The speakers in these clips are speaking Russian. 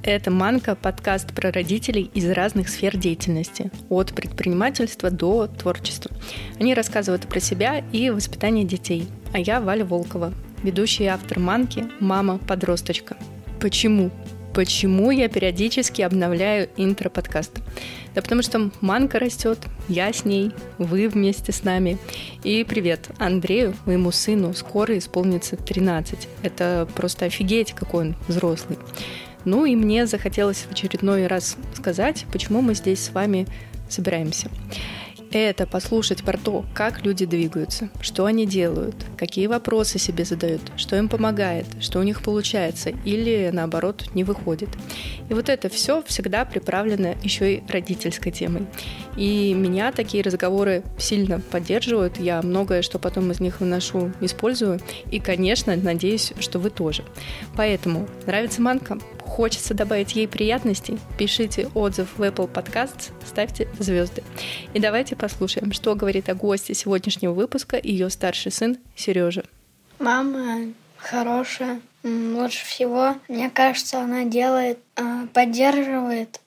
Это «Манка» — подкаст про родителей из разных сфер деятельности, от предпринимательства до творчества. Они рассказывают про себя и воспитание детей. А я Валя Волкова, ведущий и автор «Манки», мама-подросточка. Почему? Почему я периодически обновляю интро подкаста? Да потому что Манка растет, я с ней, вы вместе с нами. И привет Андрею, моему сыну, скоро исполнится 13. Это просто офигеть, какой он взрослый. Ну и мне захотелось в очередной раз сказать, почему мы здесь с вами собираемся. Это послушать про то, как люди двигаются, что они делают, какие вопросы себе задают, что им помогает, что у них получается или, наоборот, не выходит. И вот это все всегда приправлено еще и родительской темой. И меня такие разговоры сильно поддерживают, я многое, что потом из них выношу, использую, и, конечно, надеюсь, что вы тоже. Поэтому нравится Манка? Хочется добавить ей приятностей? Пишите отзыв в Apple Podcasts, ставьте звезды. И давайте послушаем, что говорит о гости сегодняшнего выпуска ее старший сын Сережа. Мама хорошая, лучше всего. Мне кажется, она делает, поддерживает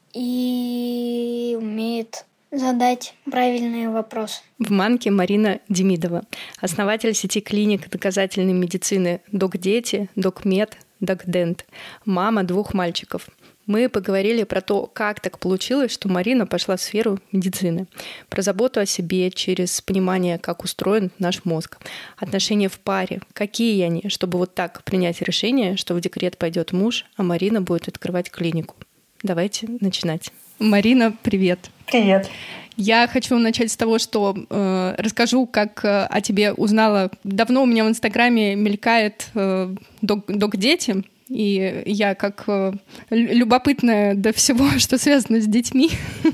и умеет задать правильные вопросы. В Манке Марина Демидова, основатель сети клиник доказательной медицины «Док-дети», «Док-мед», «Док-дент», мама 2 мальчиков. Мы поговорили про то, как так получилось, что Марина пошла в сферу медицины, про заботу о себе через понимание, как устроен наш мозг, отношения в паре, какие они, чтобы вот так принять решение, что в декрет пойдет муж, а Марина будет открывать клинику. Давайте начинать. Марина, привет. Привет. Я хочу начать с того, что расскажу, как о тебе узнала. Давно у меня в Инстаграме мелькает док-дети, и я, как любопытная до всего, что связано с детьми,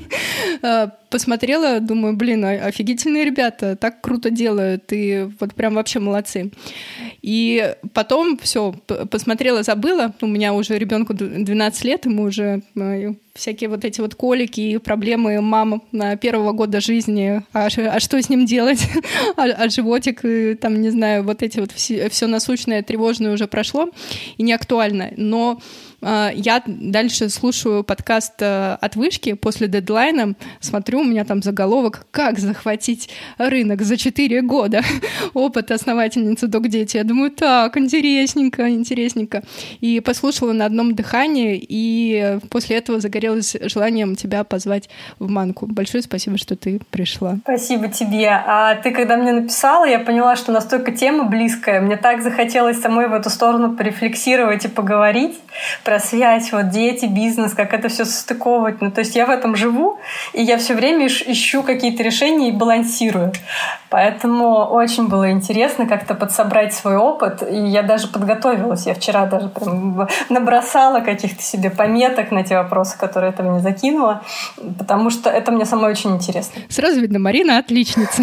посмотрела, думаю, офигительные ребята, так круто делают, и вот прям вообще молодцы. И потом все посмотрела, забыла. У меня уже ребенку 12 лет, ему уже всякие вот эти вот колики и проблемы мам на 1 года жизни. А что с ним делать? а животик, и, там, не знаю, вот эти вот все насущное, тревожное уже прошло и не актуально. Но я дальше слушаю подкаст от Вышки после дедлайна, смотрю, у меня там заголовок «Как захватить рынок за 4 года?» Опыт основательницы Док-дети. Я думаю, так, интересненько. И послушала на одном дыхании, и после этого загорелось желанием тебя позвать в Манку. Большое спасибо, что ты пришла. Спасибо тебе. А ты, когда мне написала, я поняла, что настолько тема близкая. Мне так захотелось самой в эту сторону порефлексировать и поговорить про связь, вот дети, бизнес, как это все состыковывать. Ну, то есть я в этом живу, и я все время ищу какие-то решения и балансирую. Поэтому очень было интересно как-то подсобрать свой опыт, и я даже подготовилась. Я вчера даже прям набросала каких-то себе пометок на те вопросы, которые ты мне закинула, потому что это мне самой очень интересно. Сразу видно, Марина отличница.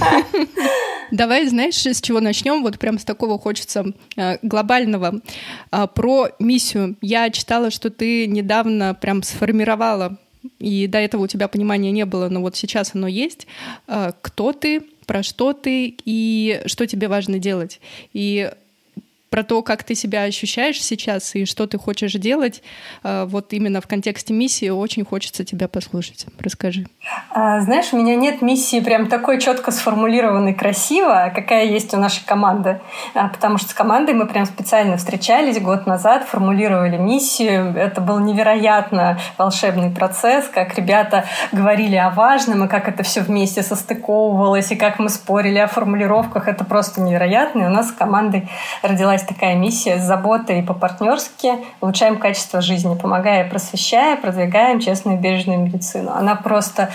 Давай, знаешь, с чего начнем? Вот прям с такого хочется глобального. Про миссию. Я читала, что ты недавно прям сформировала, и до этого у тебя понимания не было, но вот сейчас оно есть. Кто ты, про что ты и что тебе важно делать? И про то, как ты себя ощущаешь сейчас и что ты хочешь делать, вот именно в контексте миссии очень хочется тебя послушать. Расскажи. Знаешь, у меня нет миссии прям такой четко сформулированной, красиво, какая есть у нашей команды. Потому что с командой мы прям специально встречались год назад, формулировали миссию. Это был невероятно волшебный процесс, как ребята говорили о важном, и как это все вместе состыковывалось, и как мы спорили о формулировках. Это просто невероятно. И у нас с командой родилась такая миссия с заботой по-партнерски улучшаем качество жизни, помогая, просвещая, продвигаем честную и бережную медицину. Она просто...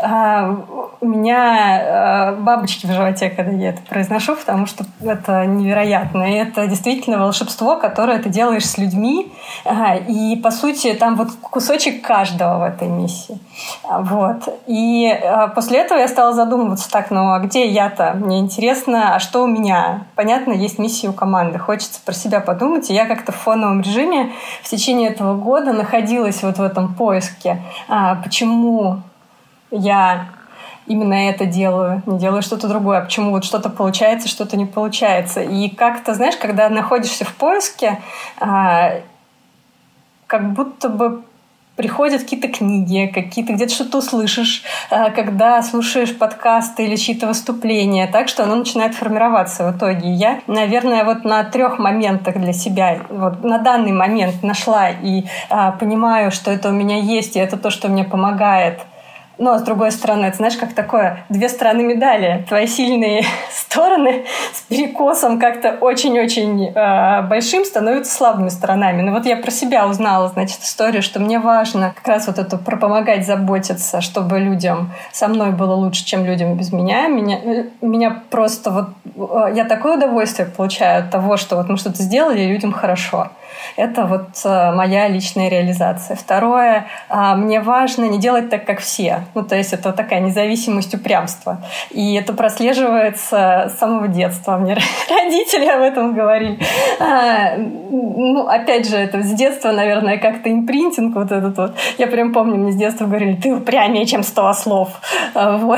у меня бабочки в животе, когда я это произношу, потому что это невероятно. И это действительно волшебство, которое ты делаешь с людьми. И, по сути, там вот кусочек каждого в этой миссии. Вот. И после этого я стала задумываться, так, ну а где я-то? Мне интересно, а что у меня? Понятно, есть миссия у команды. Хочется про себя подумать. И я как-то в фоновом режиме в течение этого года находилась вот в этом поиске. Почему я именно это делаю, не делаю что-то другое, а почему вот что-то получается, что-то не получается. И как-то, знаешь, когда находишься в поиске, как будто бы приходят какие-то книги, где-то что-то услышишь, когда слушаешь подкасты или чьи-то выступления, так что оно начинает формироваться в итоге. Я, наверное, вот на 3 моментах для себя вот на данный момент нашла и понимаю, что это у меня есть, и это то, что мне помогает. Но, с другой стороны, это, знаешь, как такое 2 стороны медали. Твои сильные стороны с перекосом как-то очень-очень большим становятся слабыми сторонами. Но вот я про себя узнала, значит, историю, что мне важно как раз вот это про помогать, заботиться, чтобы людям со мной было лучше, чем людям без меня. Меня просто вот... Я такое удовольствие получаю от того, что вот мы что-то сделали, и людям хорошо. Это вот моя личная реализация. Второе, мне важно не делать так, как все. Ну, то есть это такая независимость, упрямство. И это прослеживается с самого детства. Мне родители об этом говорили. Ну, опять же, это с детства, наверное, как-то импринтинг вот этот вот. Я прям помню, мне с детства говорили: ты упрямее, чем 100 ослов. Вот.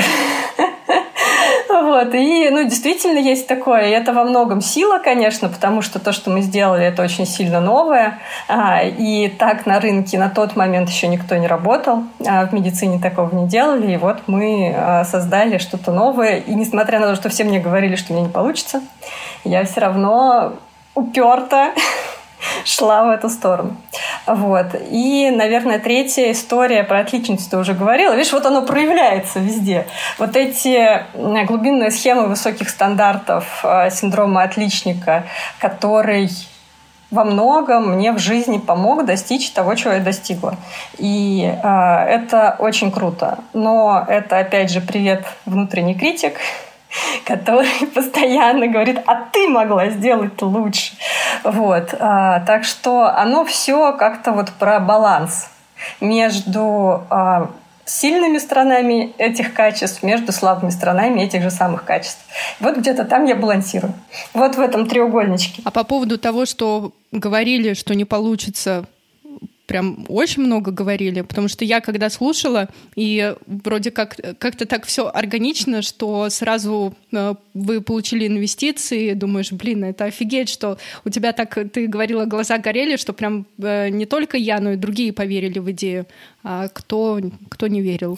Вот. И, действительно есть такое. И это во многом сила, конечно, потому что то, что мы сделали, это очень сильно новое. И так на рынке на тот момент еще никто не работал. В медицине такого не делали. И вот мы создали что-то новое. И несмотря на то, что все мне говорили, что у меня не получится, я все равно уперто шла в эту сторону. Вот. И, наверное, 3-я история про отличницу ты уже говорила. Видишь, вот оно проявляется везде. Вот эти глубинные схемы высоких стандартов синдрома отличника, который во многом мне в жизни помог достичь того, чего я достигла. И это очень круто. Но это, опять же, привет, внутренний критик, который постоянно говорит: а ты могла сделать лучше. Вот. Так что оно все как-то вот про баланс между сильными сторонами этих качеств, между слабыми сторонами этих же самых качеств. Вот где-то там я балансирую. Вот в этом треугольничке. А по поводу того, что говорили, что не получится, прям очень много говорили, потому что я когда слушала, и вроде как-то так все органично, что сразу вы получили инвестиции, думаешь, блин, это офигеть, что у тебя так, ты говорила, глаза горели, что прям не только я, но и другие поверили в идею. А кто не верил?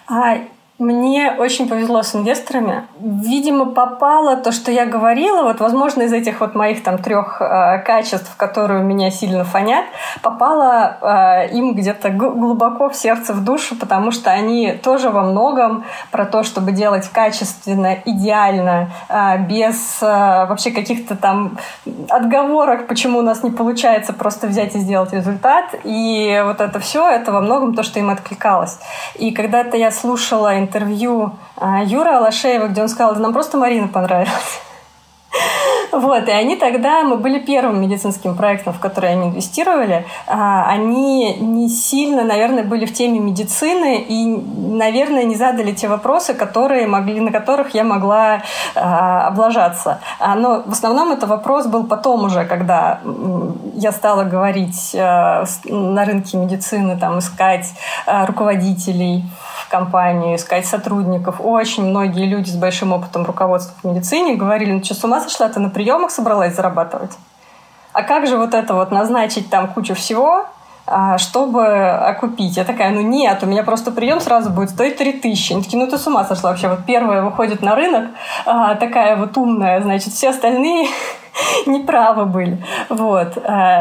Мне очень повезло с инвесторами. Видимо, попало то, что я говорила, вот, возможно, из этих вот моих там 3 качеств, которые меня сильно фонят, попало им где-то глубоко в сердце, в душу, потому что они тоже во многом про то, чтобы делать качественно, идеально, без вообще каких-то там отговорок, почему у нас не получается просто взять и сделать результат. И вот это все, это во многом то, что им откликалось. И когда-то я слушала интервью Юры Алашеева, где он сказал: да нам просто Марина понравилась. Вот, и они тогда, мы были первым медицинским проектом, в который они инвестировали. Они не сильно, наверное, были в теме медицины и, наверное, не задали те вопросы, на которых я могла облажаться. Но в основном это вопрос был потом уже, когда я стала говорить на рынке медицины, там, искать руководителей в компанию, искать сотрудников. Очень многие люди с большим опытом руководства в медицине говорили: ну что, с ума сошла, ты на приемах собралась зарабатывать? А как же вот это вот назначить там кучу всего, чтобы окупить? Я такая: ну нет, у меня просто прием сразу будет стоить 3000. Они такие: ну ты с ума сошла вообще. Вот первая выходит на рынок, такая вот умная, значит, все остальные неправы были. Вот.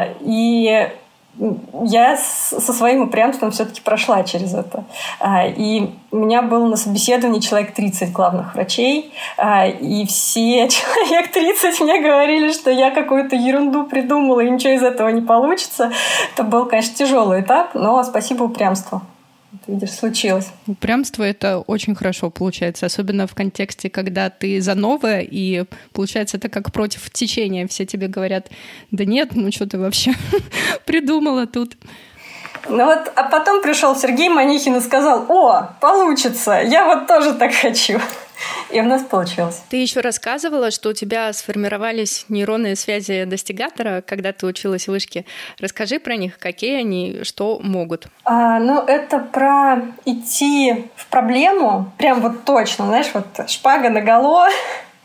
И я со своим упрямством все-таки прошла через это. И у меня было на собеседовании человек 30 главных врачей, и все человек 30 мне говорили, что я какую-то ерунду придумала, и ничего из этого не получится. Это был, конечно, тяжелый этап, но спасибо упрямству. Видишь, случилось. Упрямство — это очень хорошо получается, особенно в контексте, когда ты за новое, и получается это как против течения. Все тебе говорят: да нет, ну что ты вообще придумала тут. Ну вот, а потом пришел Сергей Манихин и сказал: о, получится, я вот тоже так хочу. И у нас получилось. Ты еще рассказывала, что у тебя сформировались нейронные связи достигатора, когда ты училась в вышке. Расскажи про них, какие они, что могут. Это про идти в проблему, прям вот точно, знаешь, вот шпага наголо,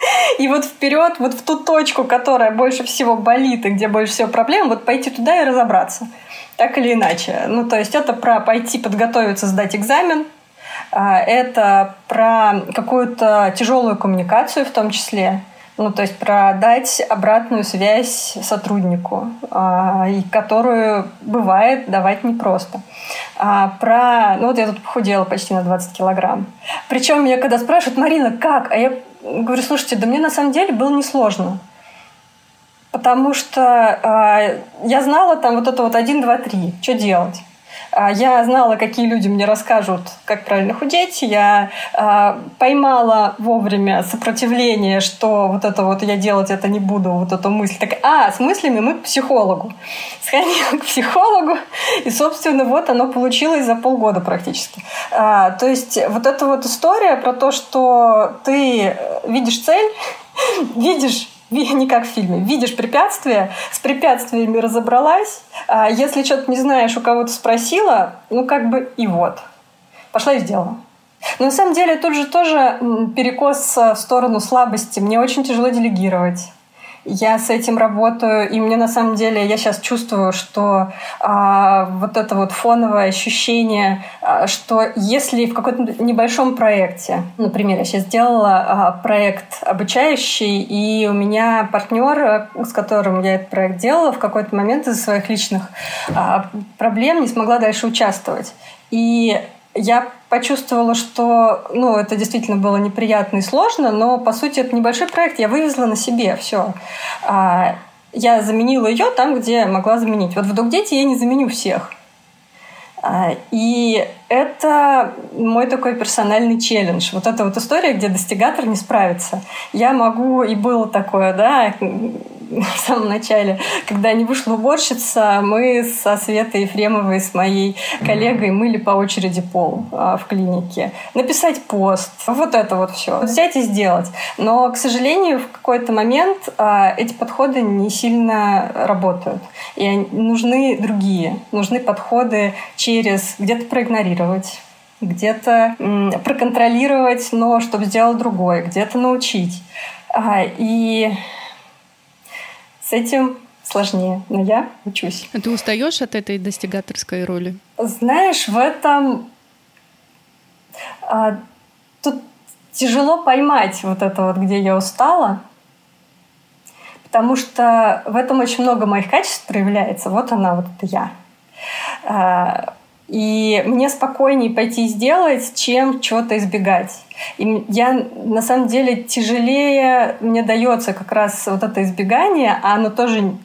И вот вперед, вот в ту точку, которая больше всего болит и где больше всего проблем, вот пойти туда и разобраться. Так или иначе. Ну, то есть это про пойти подготовиться, сдать экзамен, это про какую-то тяжелую коммуникацию в том числе, ну, то есть про дать обратную связь сотруднику, и которую бывает давать непросто. Ну, вот я тут похудела почти на 20 килограмм. Причем меня когда спрашивают: Марина, как? А я говорю: слушайте, да мне на самом деле было несложно. Потому что я знала там вот это вот 1, 2, 3, что делать. Я знала, какие люди мне расскажут, как правильно худеть. Я поймала вовремя сопротивление, что вот это вот я делать это не буду, вот эту мысль. Так, с мыслями мы к психологу. Сходила к психологу, и, собственно, вот оно получилось за полгода практически. То есть вот эта вот история про то, что ты видишь цель, видишь, не как в фильме, видишь препятствия, с препятствиями разобралась, если что-то не знаешь, у кого-то спросила, ну как бы и вот. Пошла и сделала. Но на самом деле тут же тоже перекос в сторону слабости. Мне очень тяжело делегировать. Я с этим работаю, и мне на самом деле, я сейчас чувствую, что вот это вот фоновое ощущение, что если в каком-то небольшом проекте, например, я сейчас сделала проект обучающий, и у меня партнер, с которым я этот проект делала, в какой-то момент из-за своих личных проблем не смогла дальше участвовать. И я почувствовала, что это действительно было неприятно и сложно, но, по сути, это небольшой проект, я вывезла на себе все. Я заменила ее там, где могла заменить. Вот в «Док-Дети» я не заменю всех. И это мой такой персональный челлендж. Вот эта вот история, где достигатор не справится. Я могу, и было такое, да, в самом начале, когда не вышла уборщица, мы со Светой Ефремовой, с моей коллегой, мыли по очереди пол в клинике. Написать пост, вот это вот все. Взять и сделать. Но, к сожалению, в какой-то момент эти подходы не сильно работают. И нужны другие. Нужны подходы через где-то проигнорировать, где-то проконтролировать, но чтобы сделал другой, где-то научить. И с этим сложнее, но я учусь. А ты устаешь от этой достигаторской роли? Знаешь, в этом тут тяжело поймать вот это вот, где я устала, потому что в этом очень много моих качеств проявляется. Вот она, вот это я. И мне спокойнее пойти сделать, чем чего-то избегать. И я, на самом деле, тяжелее мне дается как раз вот это избегание, а оно тоже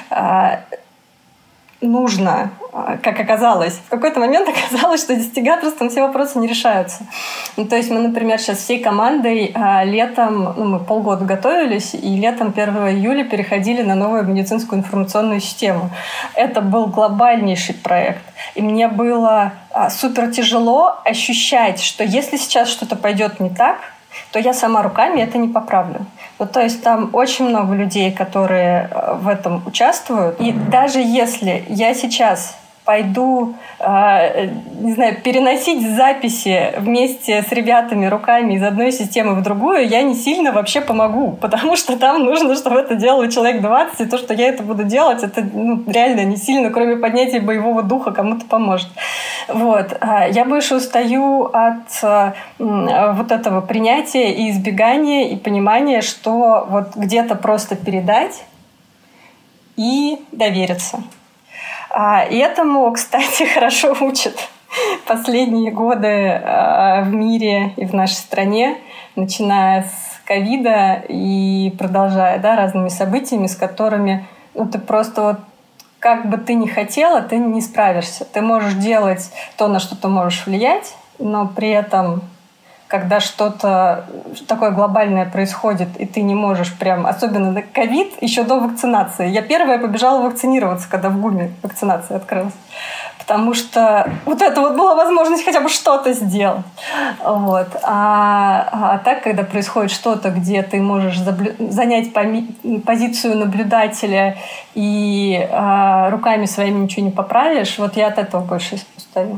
нужно, как оказалось. В какой-то момент оказалось, что достигаторством все вопросы не решаются. Ну, то есть мы, например, сейчас всей командой летом, мы полгода готовились, и летом 1 июля переходили на новую медицинскую информационную систему. Это был глобальнейший проект. И мне было супер тяжело ощущать, что если сейчас что-то пойдет не так, то я сама руками это не поправлю. Ну, то есть там очень много людей, которые в этом участвуют. И даже если я сейчас пойду, не знаю, переносить записи вместе с ребятами руками из одной системы в другую, я не сильно вообще помогу, потому что там нужно, чтобы это делал человек 20, и то, что я это буду делать, это реально не сильно, кроме поднятия боевого духа, кому-то поможет. Вот. Я больше устаю от вот этого принятия и избегания, и понимания, что вот где-то просто передать и довериться. И этому, кстати, хорошо учат последние годы в мире и в нашей стране, начиная с ковида и продолжая разными событиями, с которыми ты просто вот как бы ты ни хотела, ты не справишься. Ты можешь делать то, на что ты можешь влиять, но при этом, когда что-то такое глобальное происходит, и ты не можешь прям, особенно ковид, еще до вакцинации. Я первая побежала вакцинироваться, когда в ГУМе вакцинация открылась. Потому что вот это вот была возможность хотя бы что-то сделать. Вот. А так, когда происходит что-то, где ты можешь занять позицию наблюдателя и руками своими ничего не поправишь, вот я от этого больше устаю.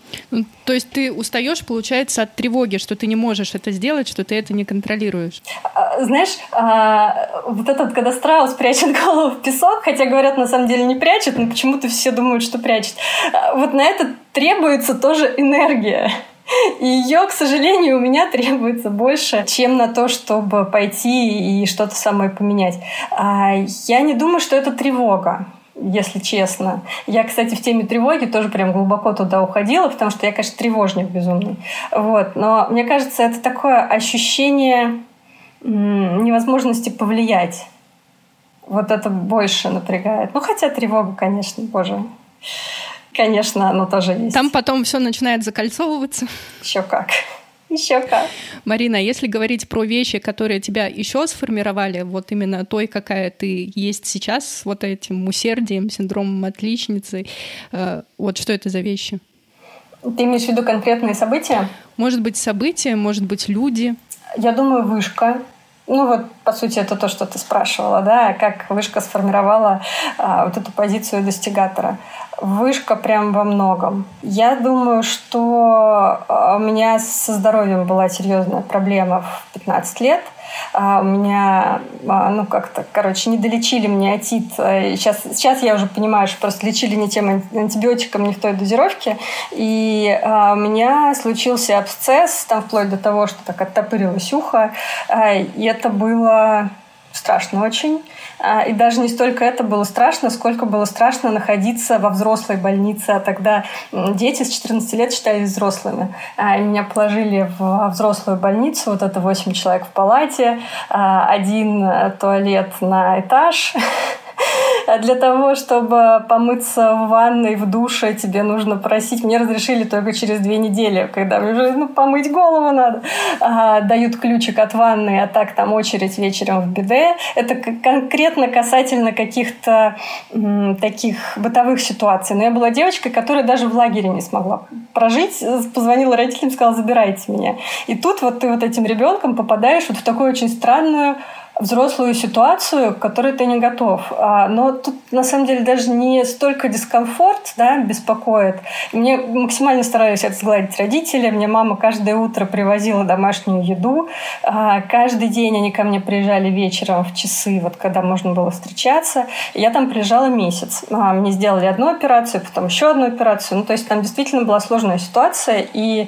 Ну, то есть ты устаешь, получается, от тревоги, что ты не можешь это сделать, что ты это не контролируешь? Знаешь, вот это вот, когда страус прячет голову в песок, хотя говорят, на самом деле не прячет, но почему-то все думают, что прячет. Вот на это требуется тоже энергия. И ее, к сожалению, у меня требуется больше, чем на то, чтобы пойти и что-то самое поменять. Я не думаю, что это тревога, если честно. Я, кстати, в теме тревоги тоже прям глубоко туда уходила, потому что я, конечно, тревожник безумный. Вот. Но мне кажется, это такое ощущение невозможности повлиять. Вот это больше напрягает. Ну, хотя тревога, конечно, боже. Конечно, оно тоже есть. Там потом все начинает закольцовываться. Еще как. Еще как. Марина, если говорить про вещи, которые тебя еще сформировали, вот именно той, какая ты есть сейчас, с вот этим усердием, синдромом отличницы, вот что это за вещи? Ты имеешь в виду конкретные события? Может быть, события, может быть, люди. Я думаю, вышка. Ну вот, по сути, это то, что ты спрашивала, да, как вышка сформировала вот эту позицию достигатора. Вышка прям во многом. Я думаю, что у меня со здоровьем была серьезная проблема в 15 лет. У меня, не долечили мне отит. Сейчас я уже понимаю, что просто лечили не тем антибиотиком, не в той дозировке. И у меня случился абсцесс, там вплоть до того, что так оттопырилось ухо. И это было страшно очень. И даже не столько это было страшно, сколько было страшно находиться во взрослой больнице. А тогда дети с 14 лет считались взрослыми. И меня положили в взрослую больницу. Вот это 8 человек в палате, один туалет на этаж. Для того, чтобы помыться в ванной, в душе, тебе нужно просить. Мне разрешили только через 2 недели, когда мне уже помыть голову надо. Дают ключик от ванны, а так там очередь вечером в биде. Это конкретно касательно каких-то таких бытовых ситуаций. Но я была девочкой, которая даже в лагере не смогла прожить. Позвонила родителям, сказала: забирайте меня. И тут вот ты вот этим ребенком попадаешь вот в такую очень странную взрослую ситуацию, к которой ты не готов. Но тут, на самом деле, даже не столько дискомфорт, да, беспокоит. Мне максимально старались это сгладить родители. Мне мама каждое утро привозила домашнюю еду. Каждый день они ко мне приезжали вечером в часы, вот когда можно было встречаться. Я там приезжала месяц. Мне сделали одну операцию, потом еще одну операцию. Ну, то есть там действительно была сложная ситуация. И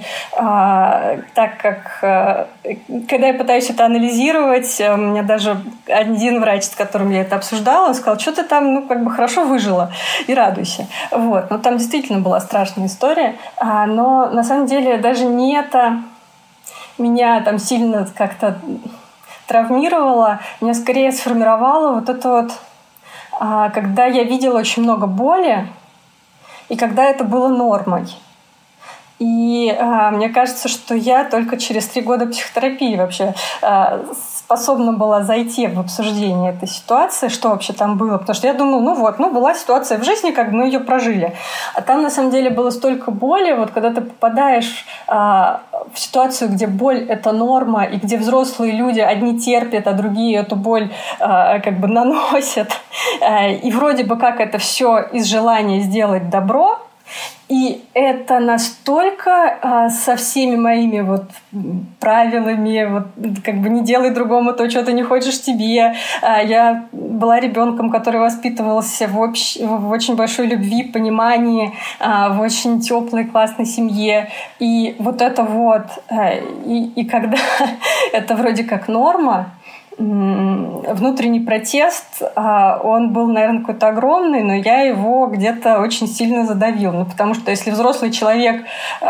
так как... Когда я пытаюсь это анализировать, у меня даже один врач, с которым я это обсуждала, он сказал: что ты там, хорошо выжила, и радуйся. Вот. Но там действительно была страшная история. Но на самом деле даже не это меня там сильно как-то травмировало, меня скорее сформировало вот это вот, когда я видела очень много боли, и когда это было нормой. И мне кажется, что я только через 3 года психотерапии вообще способна была зайти в обсуждение этой ситуации, что вообще там было. Потому что я думала, была ситуация в жизни, как бы мы ее прожили. А там, на самом деле, было столько боли. Вот когда ты попадаешь в ситуацию, где боль — это норма, и где взрослые люди одни терпят, а другие эту боль наносят. И вроде бы как это все из желания сделать добро. И это настолько со всеми моими правилами, не делай другому то, что ты не хочешь тебе. Я была ребенком, который воспитывался в очень большой любви, понимании, в очень теплой, классной семье. И вот это и когда это вроде как норма, внутренний протест, он был, наверное, какой-то огромный, но я его где-то очень сильно задавила. Потому что если взрослый человек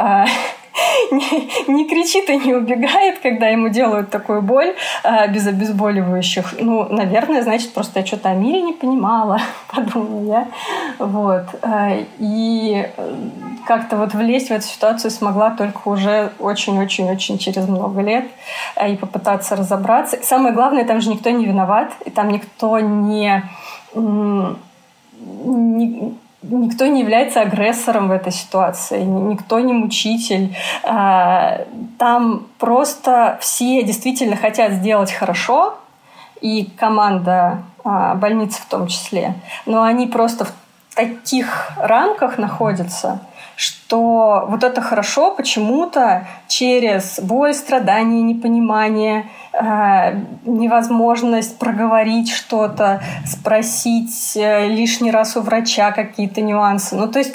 не кричит и не убегает, когда ему делают такую боль без обезболивающих, наверное, значит, просто я что-то о мире не понимала, подумала я. Вот. И как-то влезть в эту ситуацию смогла только уже очень-очень-очень через много лет и попытаться разобраться. И самое главное, там же никто не виноват, и там никто не является агрессором в этой ситуации, никто не мучитель. Там просто все действительно хотят сделать хорошо, и команда больницы в том числе, но они просто в таких рамках находятся, что вот это хорошо почему-то через боль, страдания, непонимание, невозможность проговорить что-то, спросить лишний раз у врача какие-то нюансы. Ну, то есть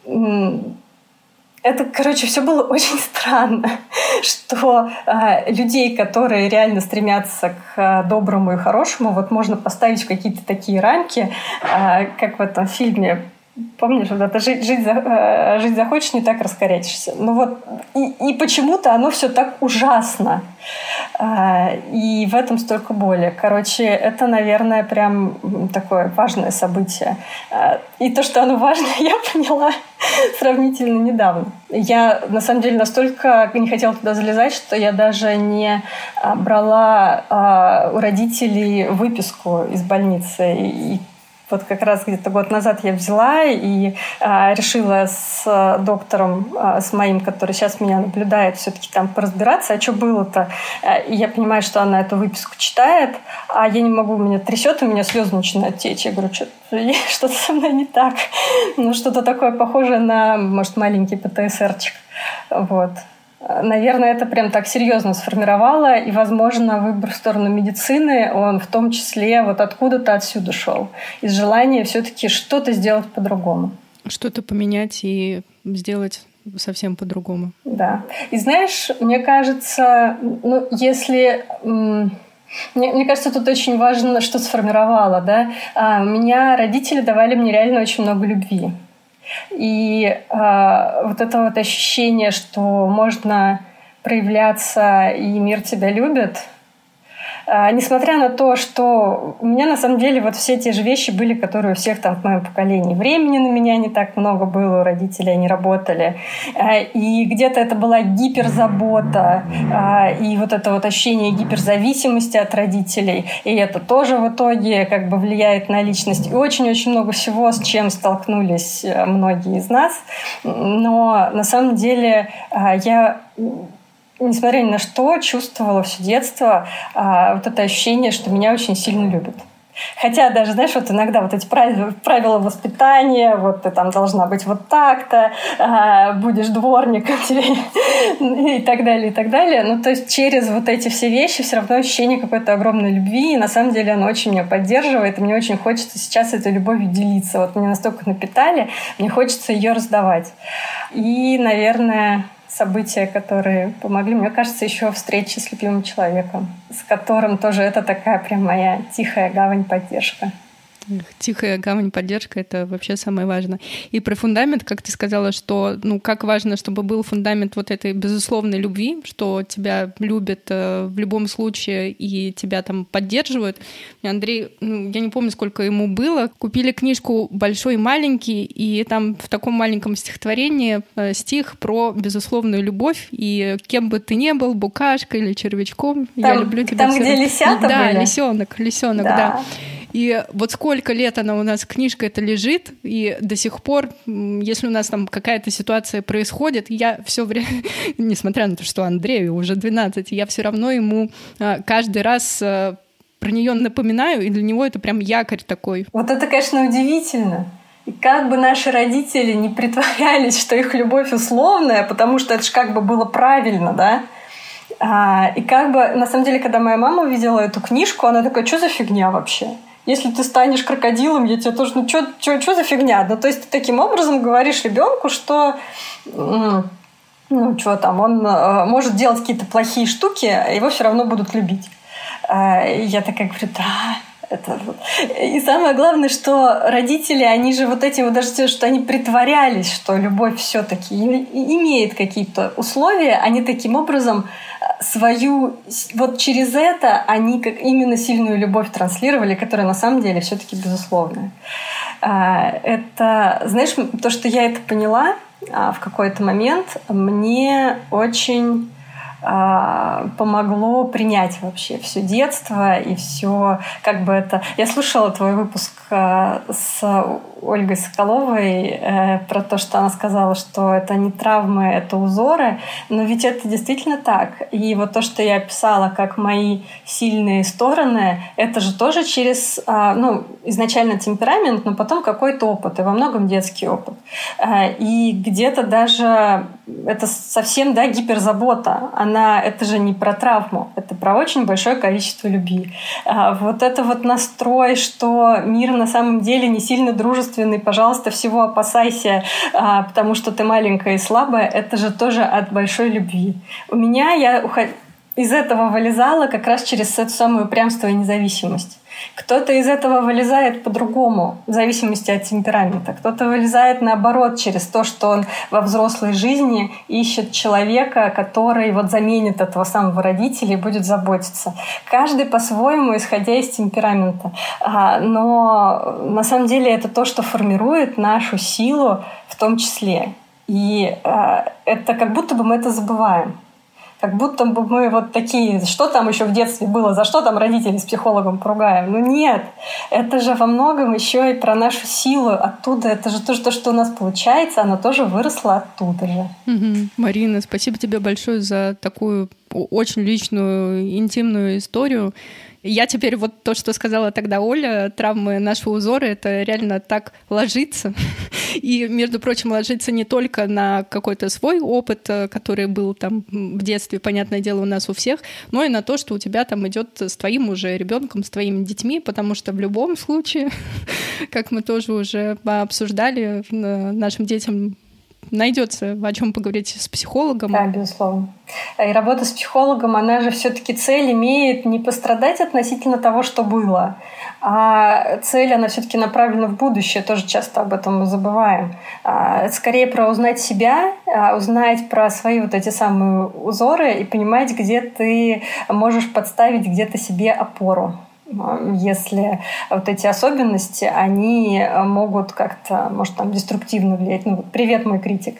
это, короче, все было очень странно, что людей, которые реально стремятся к доброму и хорошему, вот можно поставить в какие-то такие рамки, как в этом фильме. Помнишь, вот это жить захочешь, не так раскорячишься. Ну вот, и почему-то оно все так ужасно. И в этом столько боли. Короче, это, наверное, прям такое важное событие. И то, что оно важное, я поняла сравнительно недавно. Я, на самом деле, настолько не хотела туда залезать, что я даже не брала у родителей выписку из больницы. И вот как раз где-то год назад я взяла и решила с доктором, с моим, который сейчас меня наблюдает, все-таки там поразбираться, а что было-то. И я понимаю, что она эту выписку читает, а я не могу, меня трясет, у меня слезы начинают течь. Я говорю, что-то со мной не так. Ну, что-то такое похожее на, может, маленький ПТСРчик. Вот. Наверное, это прям так серьезно сформировало, и, возможно, выбор в сторону медицины, он в том числе вот откуда-то отсюда шел. Из желания все-таки что-то сделать по-другому. Что-то поменять и сделать совсем по-другому. Да. И знаешь, мне кажется, ну, если... Мне кажется, тут очень важно, что сформировало, да. У меня родители давали мне реально очень много любви. И вот это вот ощущение, что можно проявляться, и мир тебя любит, несмотря на то, что у меня на самом деле вот все те же вещи были, которые у всех там в моем поколении. Времени на меня не так много было, у родителей они работали. И где-то это была гиперзабота, и вот это вот ощущение гиперзависимости от родителей. И это тоже в итоге как бы влияет на личность. И очень-очень много всего, с чем столкнулись многие из нас. Но на самом деле я... несмотря ни на что, чувствовала все детство вот это ощущение, что меня очень сильно любят. Хотя даже, знаешь, вот иногда вот эти правила воспитания, вот ты там должна быть вот так-то, будешь дворником тебе и так далее, и так далее. Ну, то есть через вот эти все вещи все равно ощущение какой-то огромной любви, и на самом деле оно очень меня поддерживает, и мне очень хочется сейчас этой любовью делиться. Вот меня настолько напитали, мне хочется ее раздавать. И, наверное... события, которые помогли, мне кажется, еще встречи с любимым человеком, с которым тоже это такая прям моя тихая гавань-поддержка. Тихая гавань-поддержка — это вообще самое важное. И про фундамент, как ты сказала, что, ну, как важно, чтобы был фундамент вот этой безусловной любви, что тебя любят в любом случае и тебя там поддерживают. И Андрей, ну, я не помню, сколько ему было, купили книжку «Большой и маленький», и там в таком маленьком стихотворении стих про безусловную любовь, и кем бы ты ни был, букашкой или червячком, там, я люблю тебя. Там, где лисята да, были? Лисенок, да. И вот сколько лет она у нас, книжка эта лежит, и до сих пор, если у нас там какая-то ситуация происходит, я все время, несмотря на то, что Андрею уже 12, я все равно ему каждый раз про нее напоминаю, и для него это прям якорь такой. Вот это, конечно, удивительно. И как бы наши родители не притворялись, что их любовь условная, потому что это же как бы было правильно, да? И как бы, на самом деле, когда моя мама увидела эту книжку, она такая, что за фигня вообще? Если ты станешь крокодилом, я тебе тоже... Ну, что за фигня? Ну, то есть ты таким образом говоришь ребенку, что... Ну, что там, он может делать какие-то плохие штуки, а его все равно будут любить. И я такая говорю, да... Это... И самое главное, что родители, они же вот этим, вот даже те, что они притворялись, что любовь все-таки имеет какие-то условия, они таким образом свою... Вот через это они как именно сильную любовь транслировали, которая на самом деле все-таки безусловная. Это, знаешь, то, что я это поняла в какой-то момент, мне очень помогло принять вообще все детство и все как бы это... Я слушала твой выпуск с Ольгой Соколовой про то, что она сказала, что это не травмы, это узоры, но ведь это действительно так. И вот то, что я описала как мои сильные стороны, это же тоже через, изначально темперамент, но потом какой-то опыт, и во многом детский опыт. И где-то даже это совсем, гиперзабота. Это же не про травму, это про очень большое количество любви. Вот это вот настрой, что мир на самом деле не сильно дружественный, пожалуйста, всего опасайся, потому что ты маленькая и слабая, это же тоже от большой любви. У меня я из этого вылезала как раз через эту самую упрямство и независимость. Кто-то из этого вылезает по-другому, в зависимости от темперамента. Кто-то вылезает наоборот через то, что он во взрослой жизни ищет человека, который вот заменит этого самого родителя и будет заботиться. Каждый по-своему, исходя из темперамента. Но на самом деле это то, что формирует нашу силу в том числе. И это как будто бы мы это забываем. Как будто бы мы вот такие, что там еще в детстве было, за что там родители с психологом поругаем. Нет, это же во многом еще и про нашу силу оттуда. Это же то, что у нас получается, оно тоже выросло оттуда же. Марина, спасибо тебе большое за такую очень личную, интимную историю. Я теперь вот то, что сказала тогда Оля, травмы нашего узора, это реально так ложится. И, между прочим, ложится не только на какой-то свой опыт, который был там в детстве, понятное дело, у нас у всех, но и на то, что у тебя там идет с твоим уже ребенком, с твоими детьми, потому что в любом случае, как мы тоже уже обсуждали, нашим детям найдется о чем поговорить с психологом. Да, безусловно. И работа с психологом, она же все-таки цель имеет не пострадать относительно того, что было, а цель, она все-таки направлена в будущее. Тоже часто об этом мы забываем. Это скорее про узнать себя, узнать про свои вот эти самые узоры и понимать, где ты можешь подставить где-то себе опору. Если вот эти особенности, они могут как-то, может, там, деструктивно влиять. Привет, мой критик.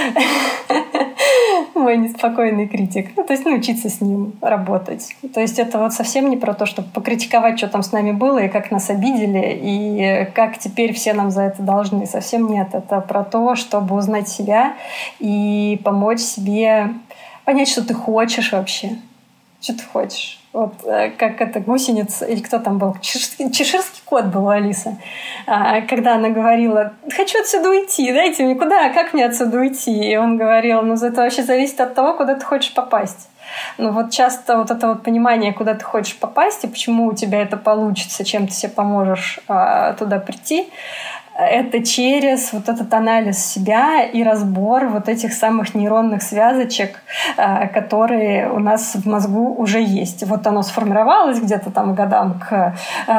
Мой неспокойный критик. То есть научиться с ним работать. То есть это вот совсем не про то, чтобы покритиковать, что там с нами было, и как нас обидели, и как теперь все нам за это должны. Совсем нет. Это про то, чтобы узнать себя и помочь себе понять, что ты хочешь вообще. Что ты хочешь. Вот как эта гусеница, или кто там был? Чеширский кот был у Алисы. Когда она говорила: «Хочу отсюда уйти, дайте мне куда, как мне отсюда уйти?» И он говорил: это вообще зависит от того, куда ты хочешь попасть. Вот часто вот это вот понимание, куда ты хочешь попасть и почему у тебя это получится, чем ты себе поможешь туда прийти, это через вот этот анализ себя и разбор вот этих самых нейронных связочек, которые у нас в мозгу уже есть. Вот оно сформировалось где-то там годам к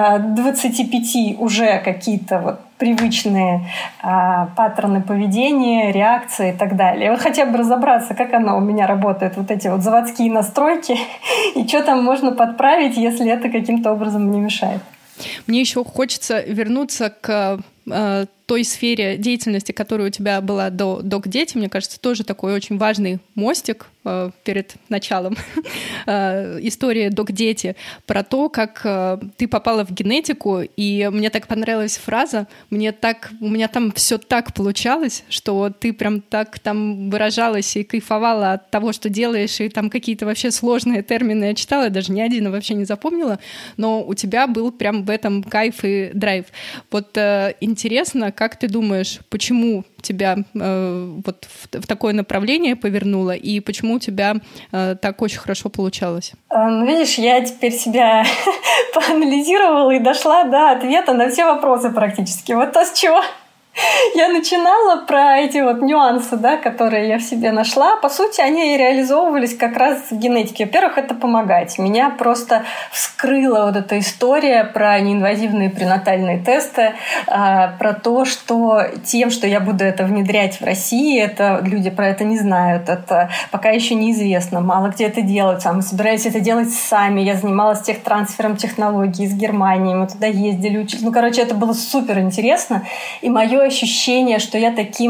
25, уже какие-то вот привычные паттерны поведения, реакции и так далее. Вот хотя бы разобраться, как оно у меня работает, вот эти вот заводские настройки, и что там можно подправить, если это каким-то образом не мешает. Мне еще хочется вернуться к той сфере деятельности, которая у тебя была до «Док-дети». Мне кажется, тоже такой очень важный мостик перед началом истории «Док-дети», про то, как ты попала в генетику, и мне так понравилась фраза, у меня там все так получалось, что ты прям так там выражалась и кайфовала от того, что делаешь, и там какие-то вообще сложные термины я читала, даже ни один вообще не запомнила, но у тебя был прям в этом кайф и драйв. Вот интересно, как ты думаешь, почему тебя вот в такое направление повернуло, и почему у тебя так очень хорошо получалось? Видишь, я теперь себя поанализировала и дошла до ответа на все вопросы практически. Вот то, с чего я начинала, про эти вот нюансы, которые я в себе нашла. По сути, они реализовывались как раз в генетике. Во-первых, это помогать. Меня просто вскрыла вот эта история про неинвазивные пренатальные тесты, про то, что тем, что я буду это внедрять в России, это люди про это не знают, это пока еще неизвестно, мало где это делается. Мы собирались это делать сами. Я занималась техтрансфером технологий из Германии, мы туда ездили, учились. Это было супер интересно. И мое ощущение, что я таким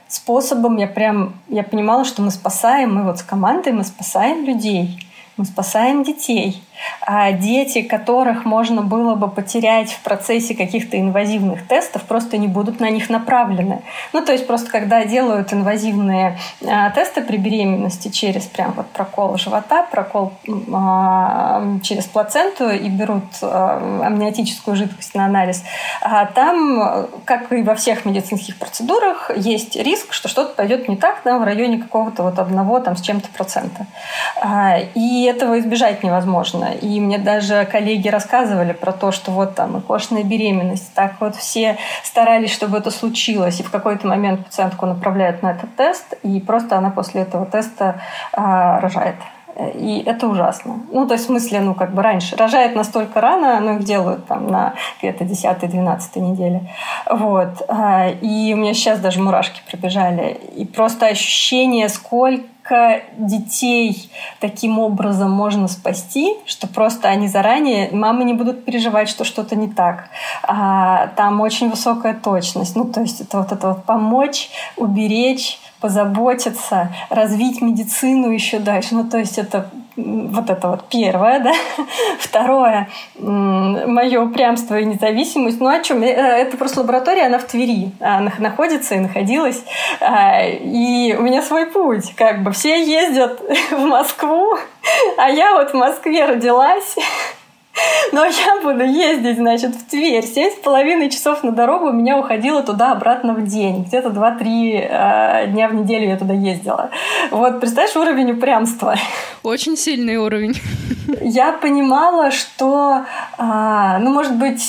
способом я понимала, что мы вот с командой мы спасаем людей, мы спасаем детей. А дети, которых можно было бы потерять в процессе каких-то инвазивных тестов, просто не будут на них направлены. То есть просто когда делают инвазивные тесты при беременности через прям вот прокол живота, прокол через плаценту и берут амниотическую жидкость на анализ, там, как и во всех медицинских процедурах, есть риск, что что-то пойдет не так, в районе какого-то вот 1 там, с чем-то процента. И этого избежать невозможно. И мне даже коллеги рассказывали про то, что вот там кошная беременность, так вот все старались, чтобы это случилось, и в какой-то момент пациентку направляют на этот тест, и просто она после этого теста рожает. И это ужасно. То есть в смысле, раньше. Рожает настолько рано, их делают там на где-то 10-12 неделе. Вот. И у меня сейчас даже мурашки пробежали. И просто ощущение, сколько детей таким образом можно спасти, что просто они заранее, мамы не будут переживать, что что-то не так. Там очень высокая точность. То есть это помочь, уберечь, позаботиться, развить медицину еще дальше. То есть это первое, да. Второе, мое упрямство и независимость. О чем? Это просто лаборатория, она в Твери находится и находилась. И у меня свой путь. Все ездят в Москву, а я вот в Москве родилась. Но я буду ездить, в Тверь. 7,5 часов на дорогу у меня уходило туда-обратно в день. Где-то 2-3 дня в неделю я туда ездила. Вот, представляешь, уровень упрямства. Очень сильный уровень. Я понимала, что, может быть,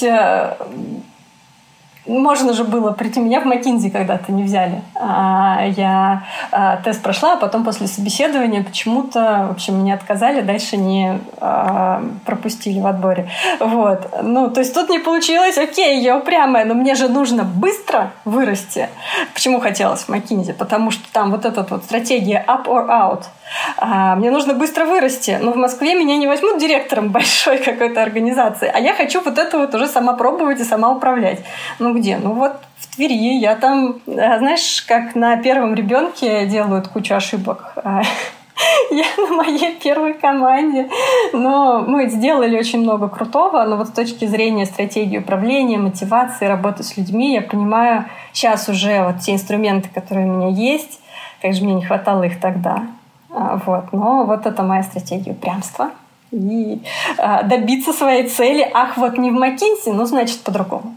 можно же было прийти. Меня в Маккинзи когда-то не взяли. Я тест прошла, а потом после собеседования почему-то, в общем, меня отказали, дальше не пропустили в отборе. Вот. То есть тут не получилось. Окей, я упрямая, но мне же нужно быстро вырасти. Почему хотелось в Маккинзи? Потому что там вот эта вот стратегия up or out. Мне нужно быстро вырасти. Но в Москве меня не возьмут директором большой какой-то организации. А я хочу вот это вот уже сама пробовать и сама управлять. Где? В Твери. Я там, знаешь, как на первом ребенке делают кучу ошибок. Я на моей первой команде. Но мы сделали очень много крутого. Но вот с точки зрения стратегии управления, мотивации, работы с людьми, я понимаю сейчас уже вот те инструменты, которые у меня есть, как же мне не хватало их тогда. Но вот это моя стратегия упрямства. И добиться своей цели. Не в Маккинзи, значит по-другому.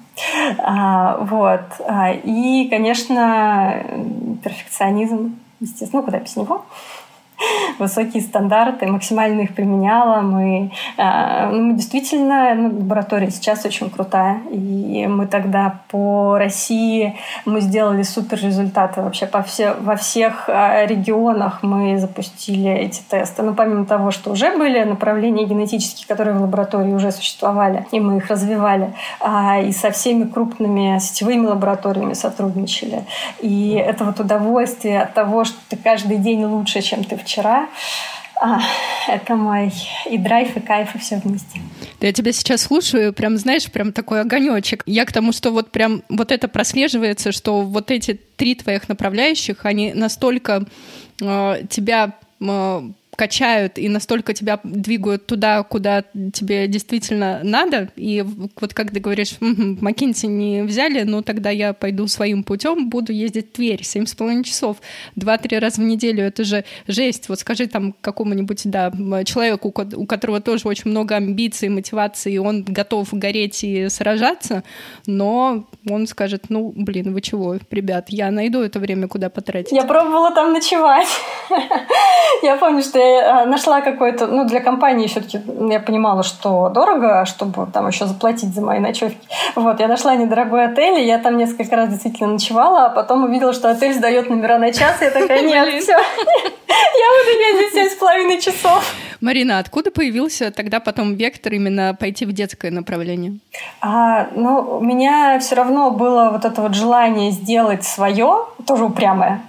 И, конечно, перфекционизм, естественно, куда без него. Высокие стандарты, максимально их применяла. Мы действительно, лаборатория сейчас очень крутая. И мы тогда по России мы сделали супер результаты. Вообще во всех регионах мы запустили эти тесты. Помимо того, что уже были направления генетические, которые в лаборатории уже существовали, и мы их развивали, и со всеми крупными сетевыми лабораториями сотрудничали. И это удовольствие от того, что ты каждый день лучше, чем ты вчера. Это мой и драйв, и кайф, и все вместе. Да, я тебя сейчас слушаю, прям, знаешь, прям такой огонечек. Я к тому, что вот прям вот это прослеживается, что вот эти 3 твоих направляющих, они настолько тебя качают и настолько тебя двигают туда, куда тебе действительно надо. И вот как ты говоришь, Маккинзи не взяли, тогда я пойду своим путем, буду ездить в Тверь 7,5 часов, 2-3 раза в неделю. Это же жесть. Вот скажи там какому-нибудь, человеку, у которого тоже очень много амбиций, мотивации, и он готов гореть и сражаться, но он скажет, вы чего, ребят, я найду это время, куда потратить. Я пробовала там ночевать. Я помню, что я нашла какой-то... для компании все-таки я понимала, что дорого, чтобы там еще заплатить за мои ночевки. Я нашла недорогой отель, и я там несколько раз действительно ночевала, а потом увидела, что отель сдает номера на час, и я такая, нет, все, я буду ездить 7,5 часов. Марина, откуда появился тогда потом вектор именно пойти в детское направление? У меня все равно было вот это вот желание сделать свое, тоже упрямое.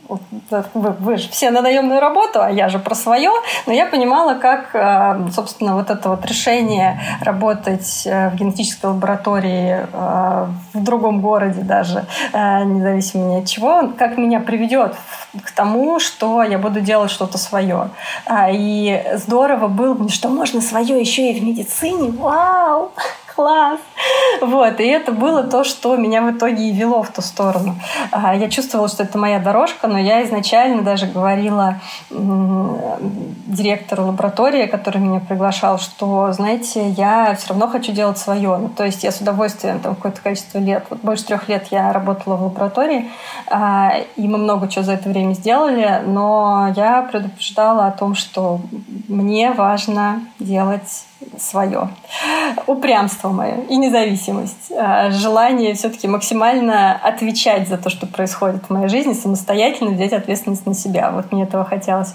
вы же все на наемную работу, а я же про свое. Но я понимала, как, собственно, вот это вот решение работать в генетической лаборатории в другом городе даже, независимо ни от чего, как меня приведет к тому, что я буду делать что-то свое. И здорово было, что можно свое еще и в медицине. Вау! Класс! Вот, и это было то, что меня в итоге и вело в ту сторону. Я чувствовала, что это моя дорожка, но я изначально даже говорила директору лаборатории, который меня приглашал, что, знаете, я все равно хочу делать свое. Ну, то есть я с удовольствием там какое-то количество лет, вот больше 3 лет я работала в лаборатории, и мы много чего за это время сделали, но я предупреждала о том, что мне важно делать свое. Упрямство мое и независимость. Желание все-таки максимально отвечать за то, что происходит в моей жизни, самостоятельно взять ответственность на себя. Вот мне этого хотелось.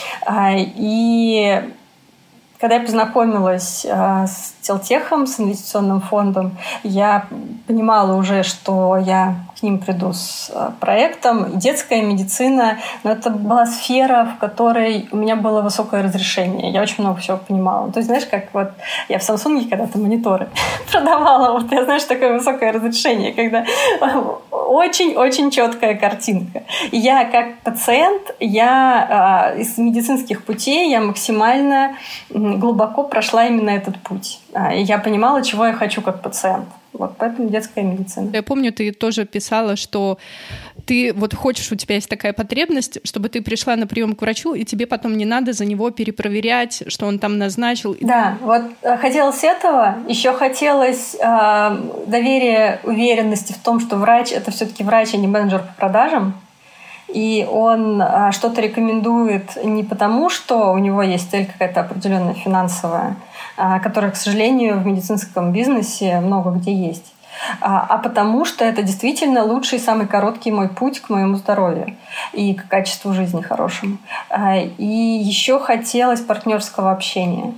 И когда я познакомилась с Телтехом, с инвестиционным фондом, я понимала уже, что я к ним приду с проектом. И детская медицина, но это была сфера, в которой у меня было высокое разрешение. Я очень много всего понимала. То есть, знаешь, как вот я в Samsung когда-то мониторы продавала, вот я знаю, что такое высокое разрешение, когда очень-очень четкая картинка. И я как пациент, я из медицинских путей я максимально глубоко прошла именно этот путь. И я понимала, чего я хочу как пациент. Вот поэтому детская медицина. Я помню, ты тоже писала, что ты вот хочешь, у тебя есть такая потребность, чтобы ты пришла на прием к врачу, и тебе потом не надо за него перепроверять, что он там назначил. Да, вот хотелось этого. Еще хотелось доверия, уверенности в том, что врач — это все-таки врач, а не менеджер по продажам. И он что-то рекомендует не потому, что у него есть цель какая-то определенная финансовая, которая, к сожалению, в медицинском бизнесе много где есть, а потому что это действительно лучший, самый короткий мой путь к моему здоровью и к качеству жизни хорошему. И еще хотелось партнерского общения.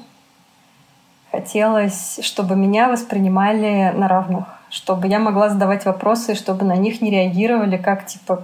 Хотелось, чтобы меня воспринимали на равных, чтобы я могла задавать вопросы, чтобы на них не реагировали как типа: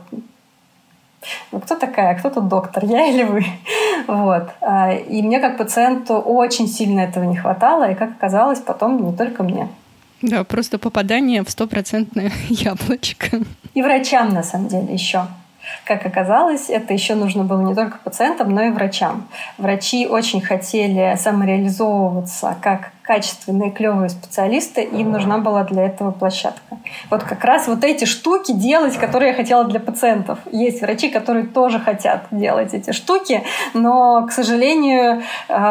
ну, кто такая? Кто тут доктор? Я или вы? Вот. И мне как пациенту очень сильно этого не хватало, и, как оказалось, потом не только мне. Да, просто попадание в 100% яблочко. И врачам, на самом деле, еще. Как оказалось, это еще нужно было не только пациентам, но и врачам. Врачи очень хотели самореализовываться как качественные, клевые специалисты, и им нужна была для этого площадка. Вот как раз вот эти штуки делать, которые я хотела для пациентов. Есть врачи, которые тоже хотят делать эти штуки, но, к сожалению,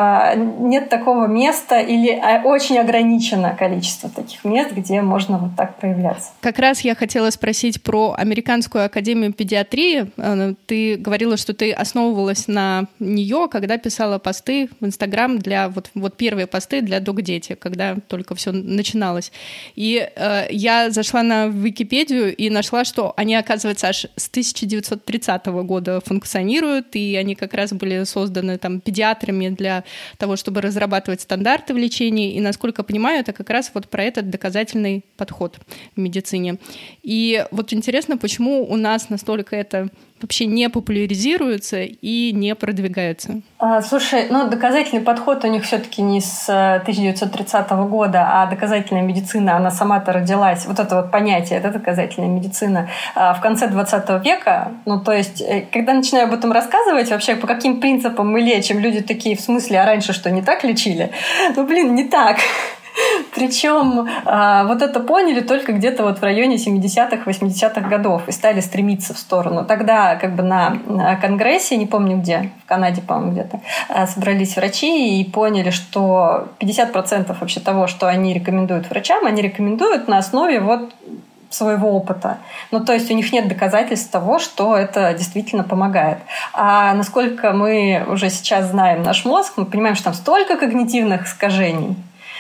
нет такого места или очень ограничено количество таких мест, где можно вот так проявляться. Как раз я хотела спросить про Американскую академию педиатрии. Ты говорила, что ты основывалась на нее, когда писала посты в Инстаграм для вот первые посты для Док-Дети, когда только все начиналось. И я зашла на Википедию и нашла, что они, оказывается, аж с 1930 года функционируют, и они как раз были созданы там педиатрами для того, чтобы разрабатывать стандарты в лечении. И, насколько понимаю, это как раз вот про этот доказательный подход в медицине. И вот интересно, почему у нас настолько это вообще не популяризируется и не продвигается? Слушай, доказательный подход у них все-таки не с 1930 года, а доказательная медицина, она сама-то родилась, вот это вот понятие, это доказательная медицина, в конце 20 века. Ну, то есть, когда начинаю об этом рассказывать, вообще, по каким принципам мы лечим, люди такие, в смысле, а раньше что, не так лечили? Не так. Причем вот это поняли только где-то вот в районе 70-х, 80-х годов и стали стремиться в сторону. Тогда как бы на конгрессе, не помню где, в Канаде, по-моему, где-то, собрались врачи и поняли, что 50% вообще того, что они рекомендуют врачам, они рекомендуют на основе вот своего опыта. Ну, то есть у них нет доказательств того, что это действительно помогает. А насколько мы уже сейчас знаем наш мозг, мы понимаем, что там столько когнитивных искажений,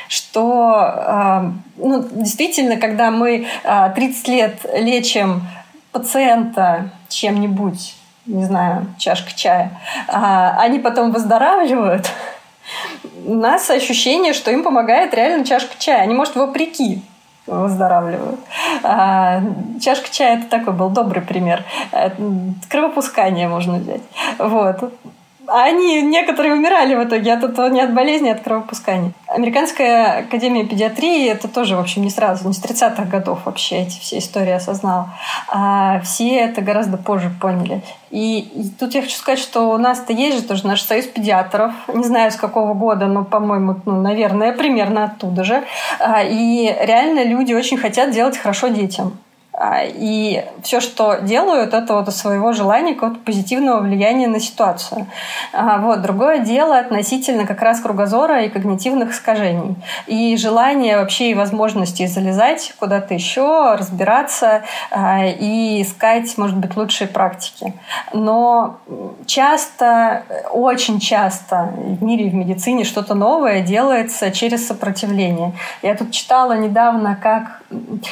что действительно, когда мы 30 лет лечим пациента чем-нибудь, не знаю, чашкой чая, они потом выздоравливают, у нас ощущение, что им помогает реально чашка чая. Они, может, вопреки выздоравливают. Чашка чая – это такой был добрый пример. Кровопускание можно взять. Вот. А они, некоторые умирали в итоге не от болезни, а от кровопускания. Американская академия педиатрии, это тоже, в общем, не сразу, не с 30-х годов вообще эти все истории осознала. А все это гораздо позже поняли. И тут я хочу сказать, что у нас-то есть же тоже наш союз педиатров. Не знаю, с какого года, но, по-моему, наверное, примерно оттуда же. И реально люди очень хотят делать хорошо детям. И все, что делают, это вот из своего желания какого-то позитивного влияния на ситуацию. Вот. Другое дело относительно как раз кругозора и когнитивных искажений. И желание вообще и возможности залезать куда-то еще, разбираться и искать, может быть, лучшие практики. Но часто, очень часто в мире и в медицине что-то новое делается через сопротивление. Я тут читала недавно, как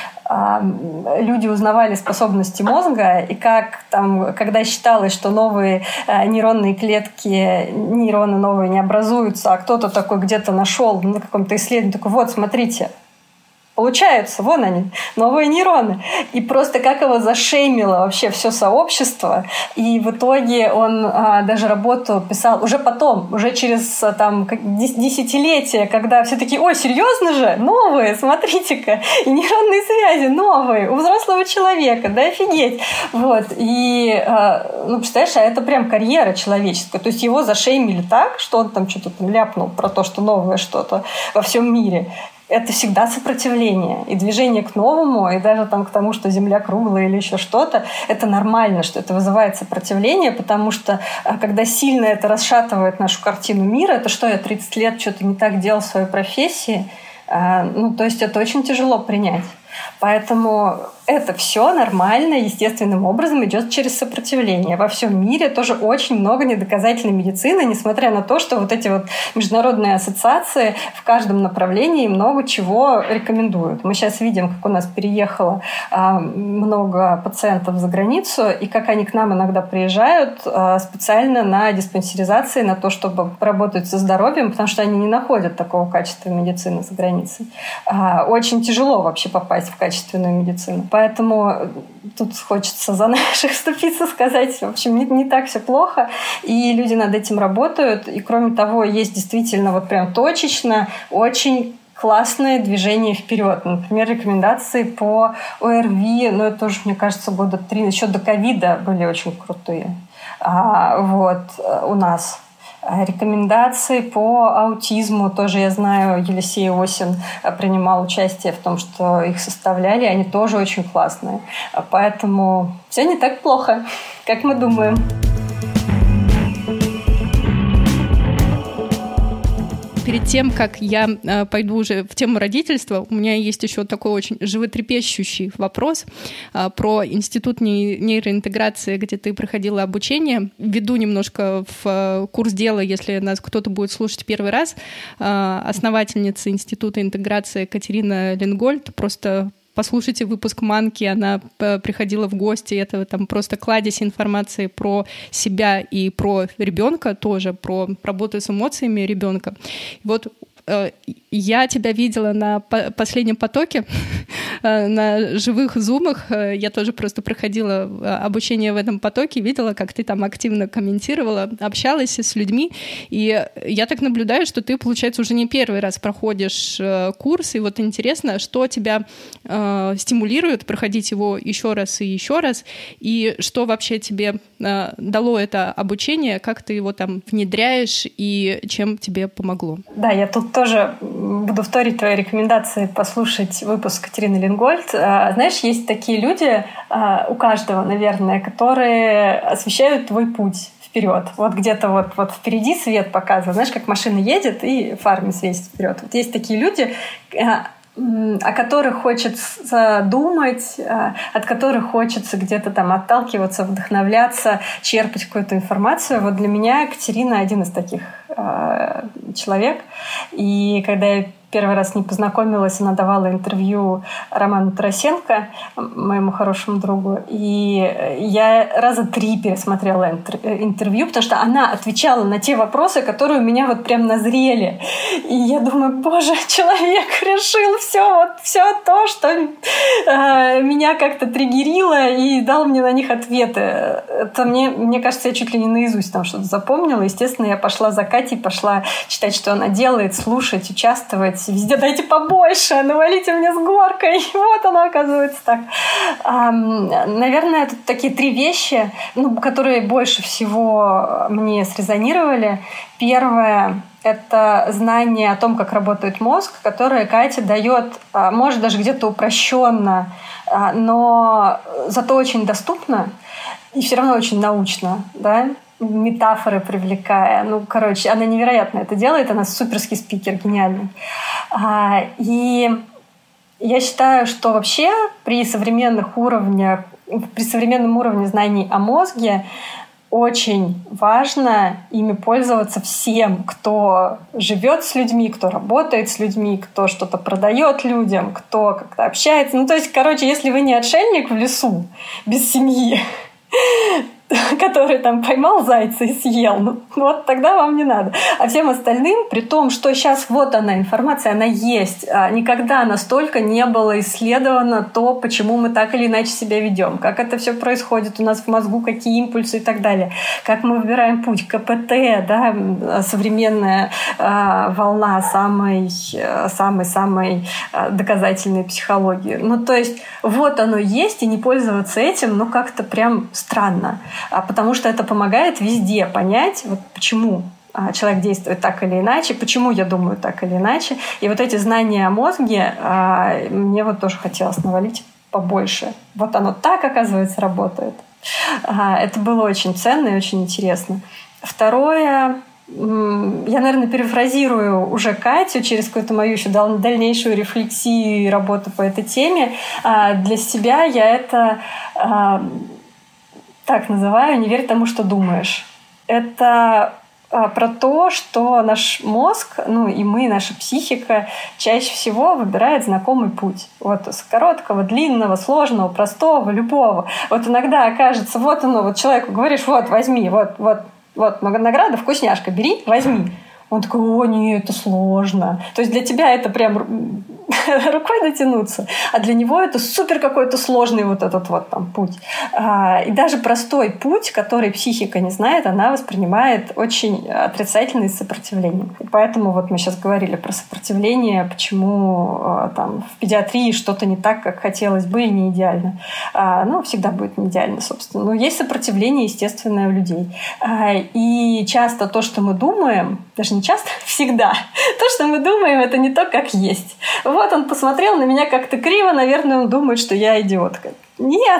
люди узнавали способности мозга, и как там, когда считалось, что новые нейронные клетки, нейроны новые не образуются, а кто-то такой где-то нашел на каком-то исследовании, такой, вот, смотрите, получается, вон они, новые нейроны. И просто как его зашеймило вообще все сообщество. И в итоге он даже работу писал уже потом, уже через там, десятилетия, когда все такие, ой, серьезно же? Новые, смотрите-ка. И нейронные связи новые у взрослого человека. Да офигеть. Вот. И, представляешь, а это прям карьера человеческая. То есть его зашеймили так, что он там что-то там ляпнул про то, что новое что-то во всем мире. Это всегда сопротивление. И движение к новому, и даже там к тому, что Земля круглая или еще что-то, это нормально, что это вызывает сопротивление, потому что когда сильно это расшатывает нашу картину мира, это что, я 30 лет что-то не так делал в своей профессии, то есть это очень тяжело принять. Поэтому это все нормально, естественным образом идет через сопротивление. Во всем мире тоже очень много недоказательной медицины, несмотря на то, что вот эти вот международные ассоциации в каждом направлении много чего рекомендуют. Мы сейчас видим, как у нас переехало много пациентов за границу, и как они к нам иногда приезжают специально на диспансеризации, на то, чтобы поработать со здоровьем, потому что они не находят такого качества медицины за границей. Очень тяжело вообще попасть в качественную медицину. Поэтому тут хочется за наших вступиться, сказать, в общем, не так все плохо, и люди над этим работают. И кроме того, есть действительно вот прям точечно очень классное движение вперед. Например, рекомендации по ОРВИ, это тоже, мне кажется, года 3, еще до ковида были очень крутые. У нас. Рекомендации по аутизму тоже, я знаю, Елисей Осин принимал участие в том, что их составляли, они тоже очень классные. Поэтому все не так плохо, как мы думаем. Перед тем, как я пойду уже в тему родительства, у меня есть еще такой очень животрепещущий вопрос про институт нейроинтеграции, где ты проходила обучение. Введу немножко в курс дела, если нас кто-то будет слушать первый раз. Основательница института интеграции Катерина Ленгольд, просто послушайте выпуск «Манки», она приходила в гости, это там просто кладезь информации про себя и про ребенка тоже, про работу с эмоциями ребенка. Вот я тебя видела на последнем потоке, на живых зумах. Я тоже просто проходила обучение в этом потоке, видела, как ты там активно комментировала, общалась с людьми. И я так наблюдаю, что ты, получается, уже не первый раз проходишь курс. И вот интересно, что тебя стимулирует проходить его еще раз, и что вообще тебе дало это обучение, как ты его там внедряешь и чем тебе помогло? Да, я тут тоже буду вторить твои рекомендации послушать выпуск Катерины Ленгольд. Знаешь, есть такие люди, у каждого, наверное, которые освещают твой путь вперед. Вот где-то вот впереди свет показывает. Знаешь, как машина едет и фарами светит вперед. Вот есть такие люди, о которых хочется думать, от которых хочется где-то там отталкиваться, вдохновляться, черпать какую-то информацию. Вот для меня Катерина один из таких человек. И когда я первый раз не познакомилась, она давала интервью Роману Тарасенко, моему хорошему другу, и я раза 3 пересмотрела интервью, потому что она отвечала на те вопросы, которые у меня вот прям назрели. И я думаю, боже, человек решил все то, что меня как-то триггерило, и дал мне на них ответы. Это мне кажется, я чуть ли не наизусть там что-то запомнила. Естественно, я пошла за Катей, пошла читать, что она делает, слушать, участвовать. Везде дайте побольше, навалите мне с горкой. Вот оно, оказывается, так. Наверное, это такие 3 вещи, которые больше всего мне срезонировали. Первое — это знание о том, как работает мозг, которое Катя дает, может, даже где-то упрощенно, но зато очень доступно и все равно очень научно, да? Метафоры привлекая. Она невероятно это делает, она суперский спикер, гениальный. И я считаю, что вообще при современном уровне знаний о мозге очень важно ими пользоваться всем, кто живет с людьми, кто работает с людьми, кто что-то продает людям, кто как-то общается. Если вы не отшельник в лесу без семьи, который там поймал зайца и съел, тогда вам не надо. А всем остальным, при том, что сейчас вот она, информация, она есть. Никогда настолько не было исследовано то, почему мы так или иначе себя ведем, как это все происходит у нас в мозгу, какие импульсы и так далее, как мы выбираем путь, КПТ, да, современная волна самой доказательной психологии. Вот оно есть, и не пользоваться этим, как-то прям странно. Потому что это помогает везде понять, почему человек действует так или иначе, почему я думаю так или иначе. И вот эти знания о мозге мне тоже хотелось навалить побольше. Вот оно так, оказывается, работает. Это было очень ценно и очень интересно. Второе, я, наверное, перефразирую уже Катю через какую-то мою еще дальнейшую рефлексию и работу по этой теме. Для себя я это так называю: не верь тому, что думаешь. Это про то, что наш мозг, и мы, наша психика, чаще всего выбирает знакомый путь. С короткого, длинного, сложного, простого, любого. Иногда окажется, человеку говоришь, возьми, награда, вкусняшка, бери, возьми. Он такой: о, нет, это сложно. То есть для тебя это прям рукой дотянуться, а для него это супер какой-то сложный путь. И даже простой путь, который психика не знает, она воспринимает очень отрицательно и с сопротивлением. И поэтому мы сейчас говорили про сопротивление, почему в педиатрии что-то не так, как хотелось бы, и не идеально. Всегда будет не идеально, собственно. Но есть сопротивление естественное у людей. И часто то, что мы думаем, даже не часто, всегда, то, что мы думаем, это не то, как есть. Он посмотрел на меня как-то криво, наверное, он думает, что я идиотка. Нет!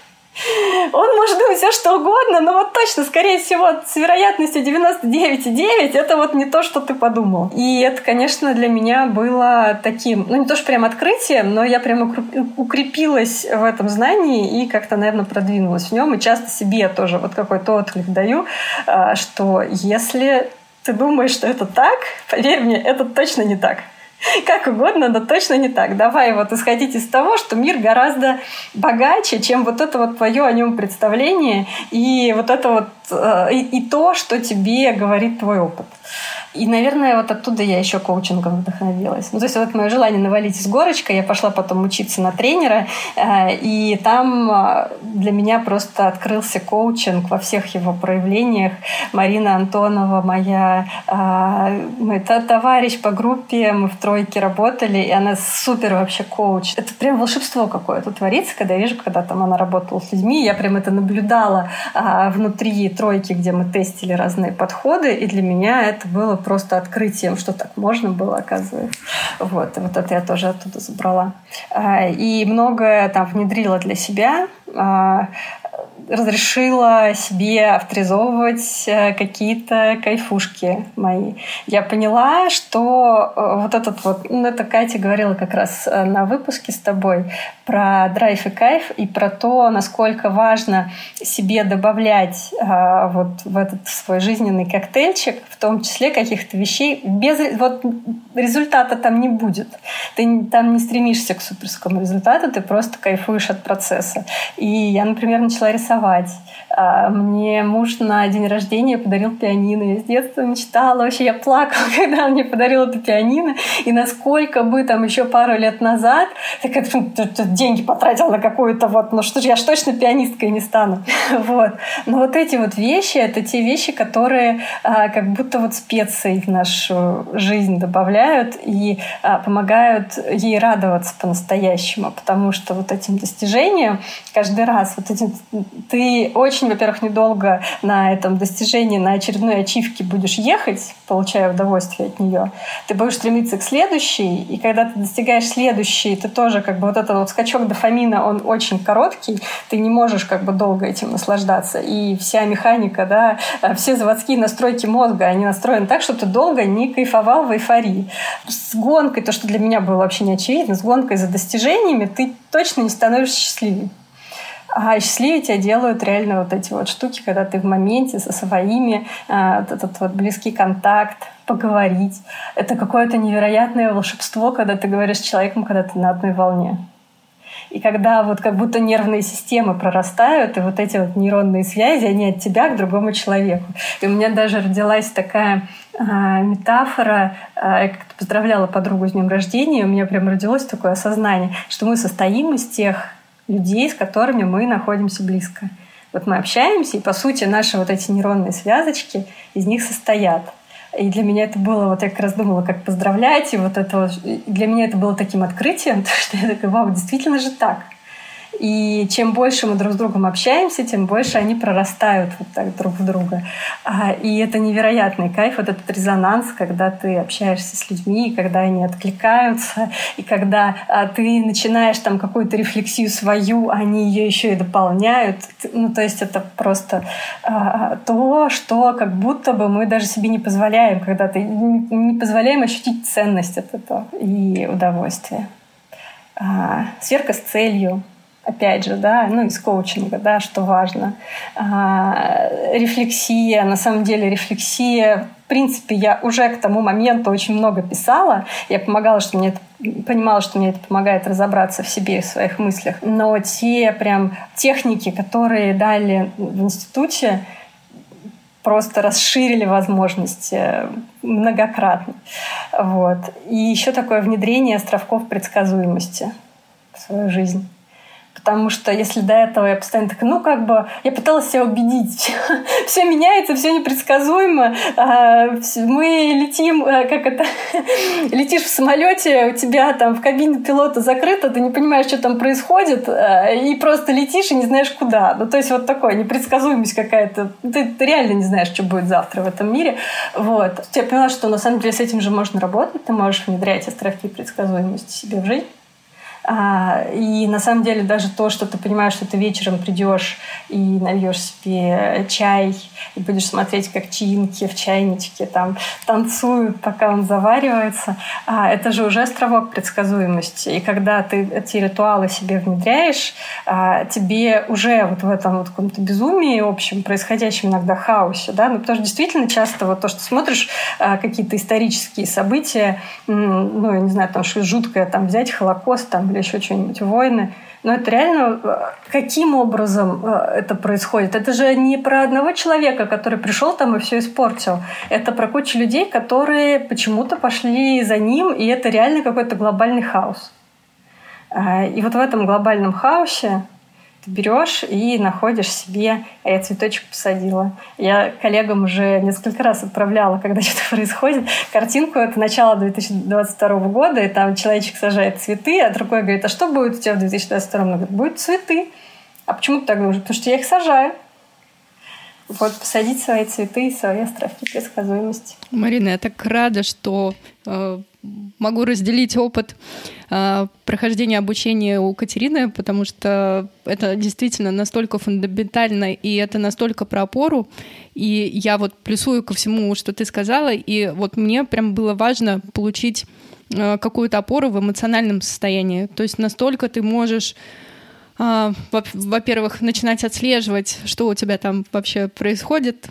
Он может думать все, что угодно, но точно, скорее всего, с вероятностью 99,9 это не то, что ты подумал. И это, конечно, для меня было таким, не то, что прям открытием, но я прям укрепилась в этом знании и как-то, наверное, продвинулась в нем. И часто себе тоже какой-то отклик даю, что если ты думаешь, что это так, поверь мне, это точно не так. Как угодно, но точно не так. Давай исходить из того, что мир гораздо богаче, чем это твое о нем представление и и то, что тебе говорит твой опыт. И, наверное, оттуда я еще коучингом вдохновилась. То есть мое желание навалить с горочкой, я пошла потом учиться на тренера, и там для меня просто открылся коучинг во всех его проявлениях. Марина Антонова, моя товарищ по группе, мы в тройке работали, и она супер вообще коуч. Это прям волшебство какое-то творится, когда я вижу, когда она работала с людьми, я прям это наблюдала внутри тройки, где мы тестили разные подходы, и для меня это было просто открытием, что так можно было, оказывается. Это я тоже оттуда забрала. И многое там внедрила для себя. разрешила себе авторизовывать какие-то кайфушки мои. Я поняла, что вот этот вот... это Катя говорила как раз на выпуске с тобой про драйв и кайф и про то, насколько важно себе добавлять вот в этот свой жизненный коктейльчик, в том числе каких-то вещей. Вот результата там не будет. Ты там не стремишься к суперскому результату, ты просто кайфуешь от процесса. И я, например, начала рисовать. Мне муж на день рождения подарил пианино. Я с детства мечтала. Вообще я плакала, когда он мне подарил это пианино. И насколько бы там еще пару лет назад деньги потратила на какую-то вот... Ну что же, я ж точно пианисткой не стану. Вот. Но вот эти вот вещи, это те вещи, которые как будто вот специи в нашу жизнь добавляют и помогают ей радоваться по-настоящему. Потому что вот этим достижением каждый раз вот этим ты очень, во-первых, недолго на этом достижении, на очередной ачивке будешь ехать, получая удовольствие от нее. Ты будешь стремиться к следующей, и когда ты достигаешь следующей, ты тоже как бы вот этот вот скачок дофамина, он очень короткий, ты не можешь как бы долго этим наслаждаться. И вся механика, да, все заводские настройки мозга, они настроены так, чтобы ты долго не кайфовал в эйфории. С гонкой, то, что для меня было вообще не очевидно, с гонкой за достижениями ты точно не становишься счастливее. А счастливее тебя делают реально вот эти вот штуки, когда ты в моменте со своими, этот вот близкий контакт, поговорить. Это какое-то невероятное волшебство, когда ты говоришь с человеком, когда ты на одной волне. И когда вот как будто нервные системы прорастают, и вот эти вот нейронные связи, они от тебя к другому человеку. И у меня даже родилась такая метафора. Я как-то поздравляла подругу с днем рождения, и у меня прям родилось такое осознание, что мы состоим из тех людей, с которыми мы находимся близко. Вот мы общаемся, и, по сути, наши вот эти нейронные связочки из них состоят. И для меня это было, вот я как раз думала, как поздравлять, и вот это вот, для меня это было таким открытием, что я такая, вау, действительно же так. И чем больше мы друг с другом общаемся, тем больше они прорастают вот так друг в друга. И это невероятный кайф, вот этот резонанс, когда ты общаешься с людьми, когда они откликаются, и когда ты начинаешь там какую-то рефлексию свою, они ее еще и дополняют. Ну, то есть это просто то, что как будто бы мы даже себе не позволяем, когда ты не позволяем ощутить ценность от этого и удовольствие. Сверка с целью. Опять же, да, ну, из коучинга, да, что важно. Рефлексия, на самом деле рефлексия, в принципе, я уже к тому моменту очень много писала. Я понимала, что мне это помогает разобраться в себе и в своих мыслях. Но те прям техники, которые дали в институте, просто расширили возможности многократно. Вот. И еще такое внедрение островков предсказуемости в свою жизнь. Потому что если до этого я постоянно такая, я пыталась себя убедить. Все меняется, все непредсказуемо. Мы летим, летишь в самолете, у тебя там в кабине пилота закрыто, ты не понимаешь, что там происходит, и просто летишь и не знаешь куда. Ну, то есть вот такое, непредсказуемость какая-то. Ты реально не знаешь, что будет завтра в этом мире. Вот. Я поняла, что на самом деле с этим же можно работать. Ты можешь внедрять островки предсказуемости себе в жизнь. И на самом деле даже то, что ты понимаешь, что ты вечером придешь и нальешь себе чай и будешь смотреть, как чаинки в чайничке там танцуют, пока он заваривается, это же уже островок предсказуемости. И когда ты эти ритуалы себе внедряешь, тебе уже вот в этом вот каком-то безумии общем, происходящем иногда хаосе, да, ну, потому что действительно часто вот то, что смотришь какие-то исторические события, ну, я не знаю, там что жуткое там взять, Холокост там, или еще что-нибудь, войны. Но это реально... Каким образом это происходит? Это же не про одного человека, который пришел там и все испортил. Это про кучу людей, которые почему-то пошли за ним, и это реально какой-то глобальный хаос. И вот в этом глобальном хаосе ты берешь и находишь себе... А я цветочек посадила. Я коллегам уже несколько раз отправляла, когда что-то происходит, картинку. Это начало 2022 года, и там человечек сажает цветы, а другой говорит, а что будет у тебя в 2022? Он говорит, будет цветы. А почему ты так говоришь? Потому что я их сажаю. вот посадить свои цветы и свои островки предсказуемости. Марина, я так рада, что могу разделить опыт прохождения обучения у Катерины, потому что это действительно настолько фундаментально, и это настолько про опору. И я вот плюсую ко всему, что ты сказала, и вот мне прям было важно получить какую-то опору в эмоциональном состоянии. То есть настолько ты можешь, во-первых, начинать отслеживать, что у тебя там вообще происходит,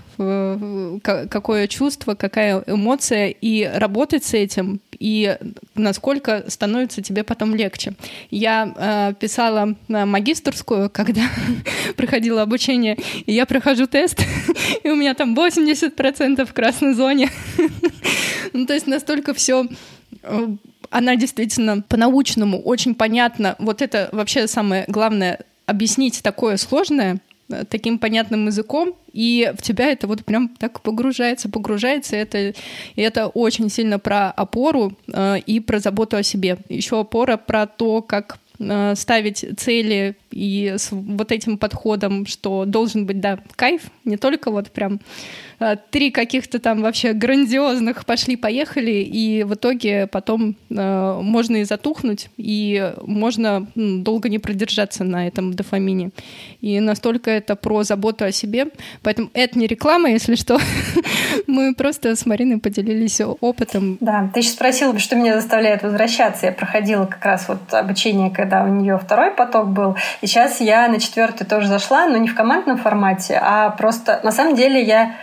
какое чувство, какая эмоция, и работать с этим, и насколько становится тебе потом легче. Я писала магистерскую, когда проходила обучение, и я прохожу тест, и у меня там 80% в красной зоне. Ну, то есть настолько все... Она действительно по-научному очень понятна. Вот это вообще самое главное — объяснить такое сложное таким понятным языком, и в тебя это вот прям так погружается, и это очень сильно про опору и про заботу о себе. Еще опора про то, как ставить цели, и с вот этим подходом, что должен быть, да, кайф, не только вот прям 3 каких-то там вообще грандиозных пошли-поехали, и в итоге потом можно и затухнуть, и можно долго не продержаться на этом дофамине. И настолько это про заботу о себе. Поэтому это не реклама, если что. Мы просто с Мариной поделились опытом. Да, ты еще спросила, что меня заставляет возвращаться. Я проходила как раз вот обучение, когда у нее 2-й поток был, и сейчас я на 4-й тоже зашла, но не в командном формате, а просто... На самом деле я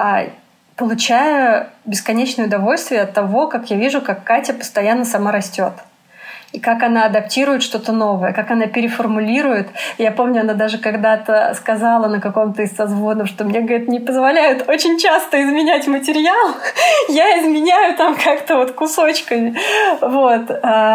получаю бесконечное удовольствие от того, как я вижу, как Катя постоянно сама растет. И как она адаптирует что-то новое, как она переформулирует. Я помню, она даже когда-то сказала на каком-то из созвонов, что мне, говорит, не позволяют очень часто изменять материал. Я изменяю там как-то вот кусочками. Вот.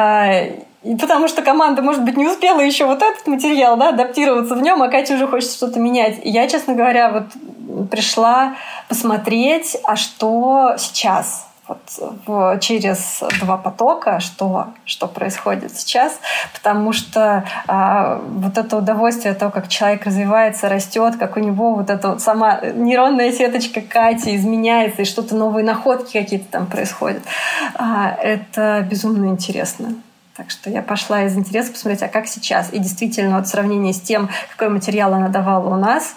И потому что команда, может быть, не успела еще вот этот материал, да, адаптироваться в нем, а Катя уже хочет что-то менять. И я, честно говоря, вот пришла посмотреть, а что сейчас, вот, через 2 потока, что происходит сейчас, потому что вот это удовольствие от того, как человек развивается, растет, как у него вот эта вот сама нейронная сеточка Кати изменяется, и что-то новые находки какие-то там происходят, это безумно интересно. Так что я пошла из интереса посмотреть, а как сейчас. И действительно, вот в сравнении с тем, какой материал она давала у нас,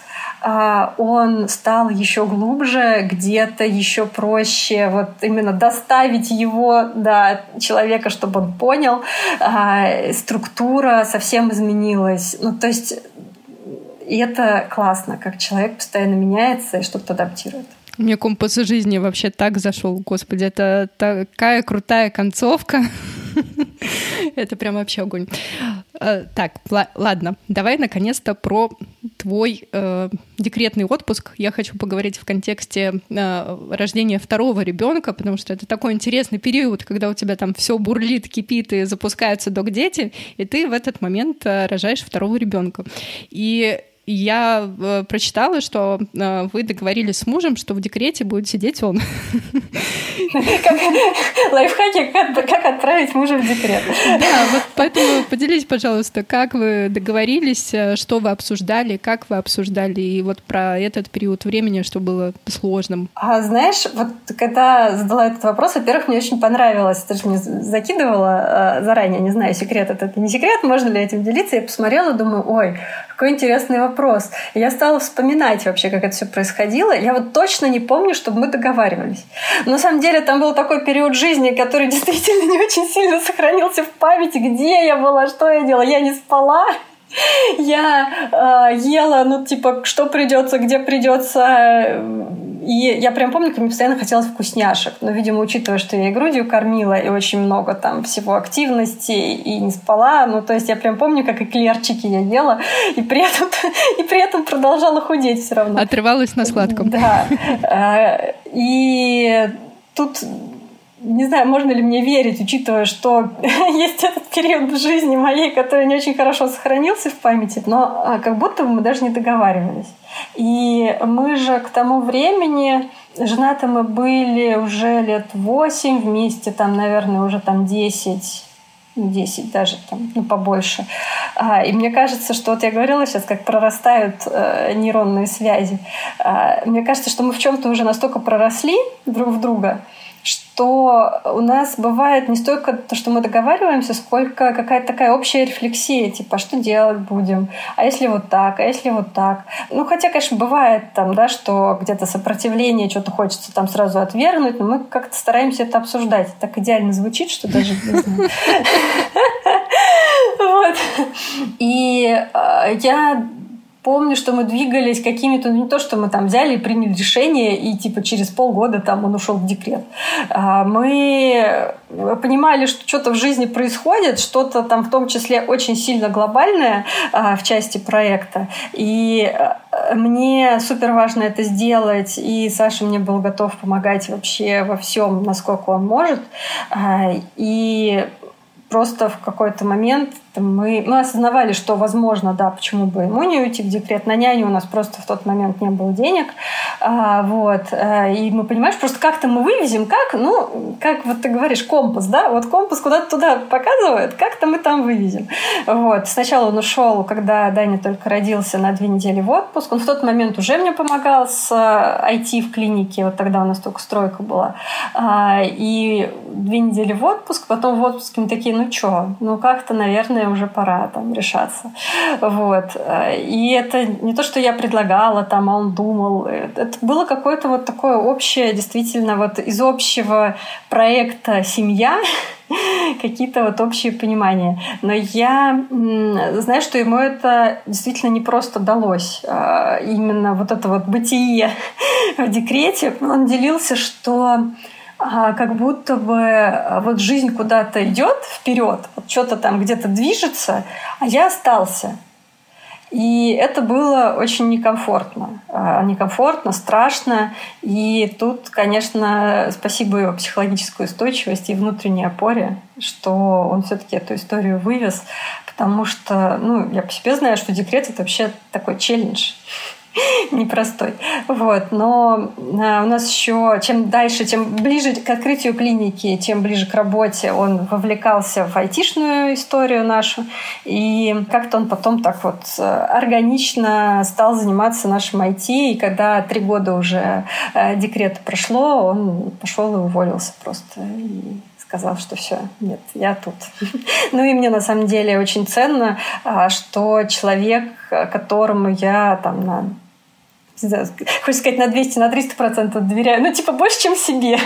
он стал еще глубже, где-то еще проще вот именно доставить его до человека, чтобы он понял. Структура совсем изменилась. Ну, то есть, и это классно, как человек постоянно меняется и что-то адаптирует. Мне компас жизни вообще так зашел, господи, это такая крутая концовка. Это прям вообще огонь. Так, ладно, давай наконец-то про твой декретный отпуск. Я хочу поговорить в контексте рождения 2-го ребенка, потому что это такой интересный период, когда у тебя там все бурлит, кипит и запускаются док-дети, и ты в этот момент рожаешь 2-го ребенка. И я прочитала, что вы договорились с мужем, что в декрете будет сидеть он. Лайфхаки, как отправить мужа в декрет. Да, вот поэтому поделись, пожалуйста, как вы договорились, что вы обсуждали, как вы обсуждали, и вот про этот период времени, что было сложным. Знаешь, вот когда задала этот вопрос, во-первых, мне очень понравилось. Ты же мне закидывала заранее, не знаю, секрет это не секрет, можно ли этим делиться. Я посмотрела, думаю, ой, какой интересный вопрос. И я стала вспоминать вообще, как это все происходило. Я вот точно не помню, чтобы мы договаривались. Но на самом деле там был такой период жизни, который действительно не очень сильно сохранился в памяти, где я была, что я делала. Я не спала. Я ела, что придется, где придется. И я прям помню, как мне постоянно хотелось вкусняшек. Но, видимо, учитывая, что я и грудью кормила, и очень много там всего активности, и не спала. То есть я прям помню, как эклерчики я ела, и при этом продолжала худеть все равно. Отрывалась на сладком. Да. И тут... Не знаю, можно ли мне верить, учитывая, что есть этот период в жизни моей, который не очень хорошо сохранился в памяти, но как будто бы мы даже не договаривались. И мы же к тому времени, женаты мы были уже лет 8 вместе, там, наверное, уже там 10, 10 даже, там, побольше. И мне кажется, что вот я говорила сейчас, как прорастают нейронные связи. Мне кажется, что мы в чем-то уже настолько проросли друг в друга, что у нас бывает не столько то, что мы договариваемся, сколько какая-то такая общая рефлексия, типа, что делать будем, а если вот так, а если вот так. Хотя, конечно, бывает там, да, что где-то сопротивление, что-то хочется там сразу отвергнуть, но мы как-то стараемся это обсуждать. Так идеально звучит, что даже не знаю. И я помню, что мы двигались какими-то, не то, что мы там взяли и приняли решение, и типа через полгода там он ушел в декрет. Мы понимали, что что-то в жизни происходит, что-то там в том числе очень сильно глобальное в части проекта. И мне супер важно это сделать, и Саша мне был готов помогать вообще во всем, насколько он может. И просто в какой-то момент мы осознавали, что, возможно, да, почему бы ему не уйти в декрет. На няню у нас просто в тот момент не было денег. И мы, понимаешь, просто как-то мы вывезем, как вот ты говоришь, компас, да? Вот компас куда-то туда показывает, как-то мы там вывезем. Сначала он ушел, когда Даня только родился, на 2 недели в отпуск. Он в тот момент уже мне помогал с IT в клинике. Вот тогда у нас только стройка была. И 2 недели в отпуск. Потом в отпуске мы такие, как-то, наверное, уже пора там решаться. И это не то, что я предлагала, а он думал. Это было какое-то вот такое общее, действительно, вот из общего проекта «Семья» какие-то вот общие понимания. Но я знаю, что ему это действительно не просто далось. Именно вот это вот бытие в декрете. Он делился, что как будто бы вот жизнь куда-то идет вперед, вот что-то там где-то движется, а я остался. И это было очень некомфортно. Некомфортно, страшно. И тут, конечно, спасибо его психологической устойчивости и внутренней опоре, что он все-таки эту историю вывез, потому что, я по себе знаю, что декрет — это вообще такой челлендж. Непростой. Но у нас еще чем дальше, тем ближе к открытию клиники, тем ближе к работе он вовлекался в айтишную историю нашу. И как-то он потом так вот органично стал заниматься нашим IT. И когда 3 года уже декрета прошло, он пошел и уволился просто. И сказал, что все, нет, я тут. И мне на самом деле очень ценно, что человек, которому я там хочется сказать, на 200, на 300% доверяю. Больше, чем себе.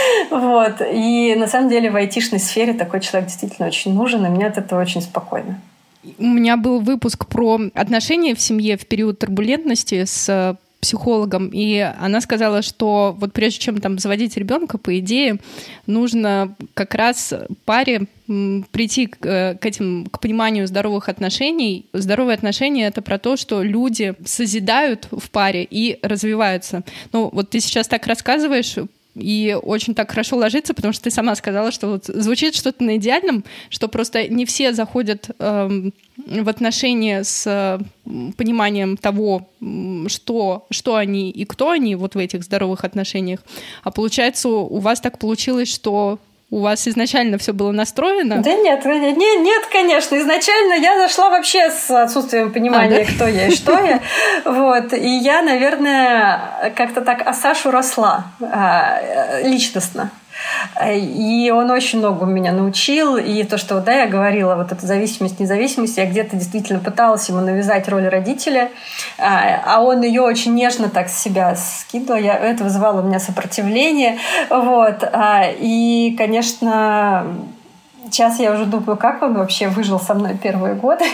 И на самом деле в айтишной сфере такой человек действительно очень нужен, и мне от этого очень спокойно. У меня был выпуск про отношения в семье в период турбулентности с психологом, и она сказала, что вот прежде чем там заводить ребенка, по идее, нужно как раз паре прийти к пониманию здоровых отношений. Здоровые отношения — это про то, что люди созидают в паре и развиваются. Вот ты сейчас так рассказываешь, и очень так хорошо ложится, потому что ты сама сказала, что вот звучит что-то на идеальном, что просто не все заходят в отношения с пониманием того, что они и кто они вот в этих здоровых отношениях. А получается, у вас так получилось, что у вас изначально все было настроено? Да нет, конечно. Изначально я зашла вообще с отсутствием понимания, да? Кто я и что я. И я, наверное, как-то так о Сашу росла личностно. И он очень много меня научил. И то, что я говорила, вот эта зависимость, независимость, я где-то действительно пыталась ему навязать роль родителя, а он ее очень нежно так с себя скидывал. Это вызывало у меня сопротивление. И, конечно, сейчас я уже думаю, как он вообще выжил со мной первые годы.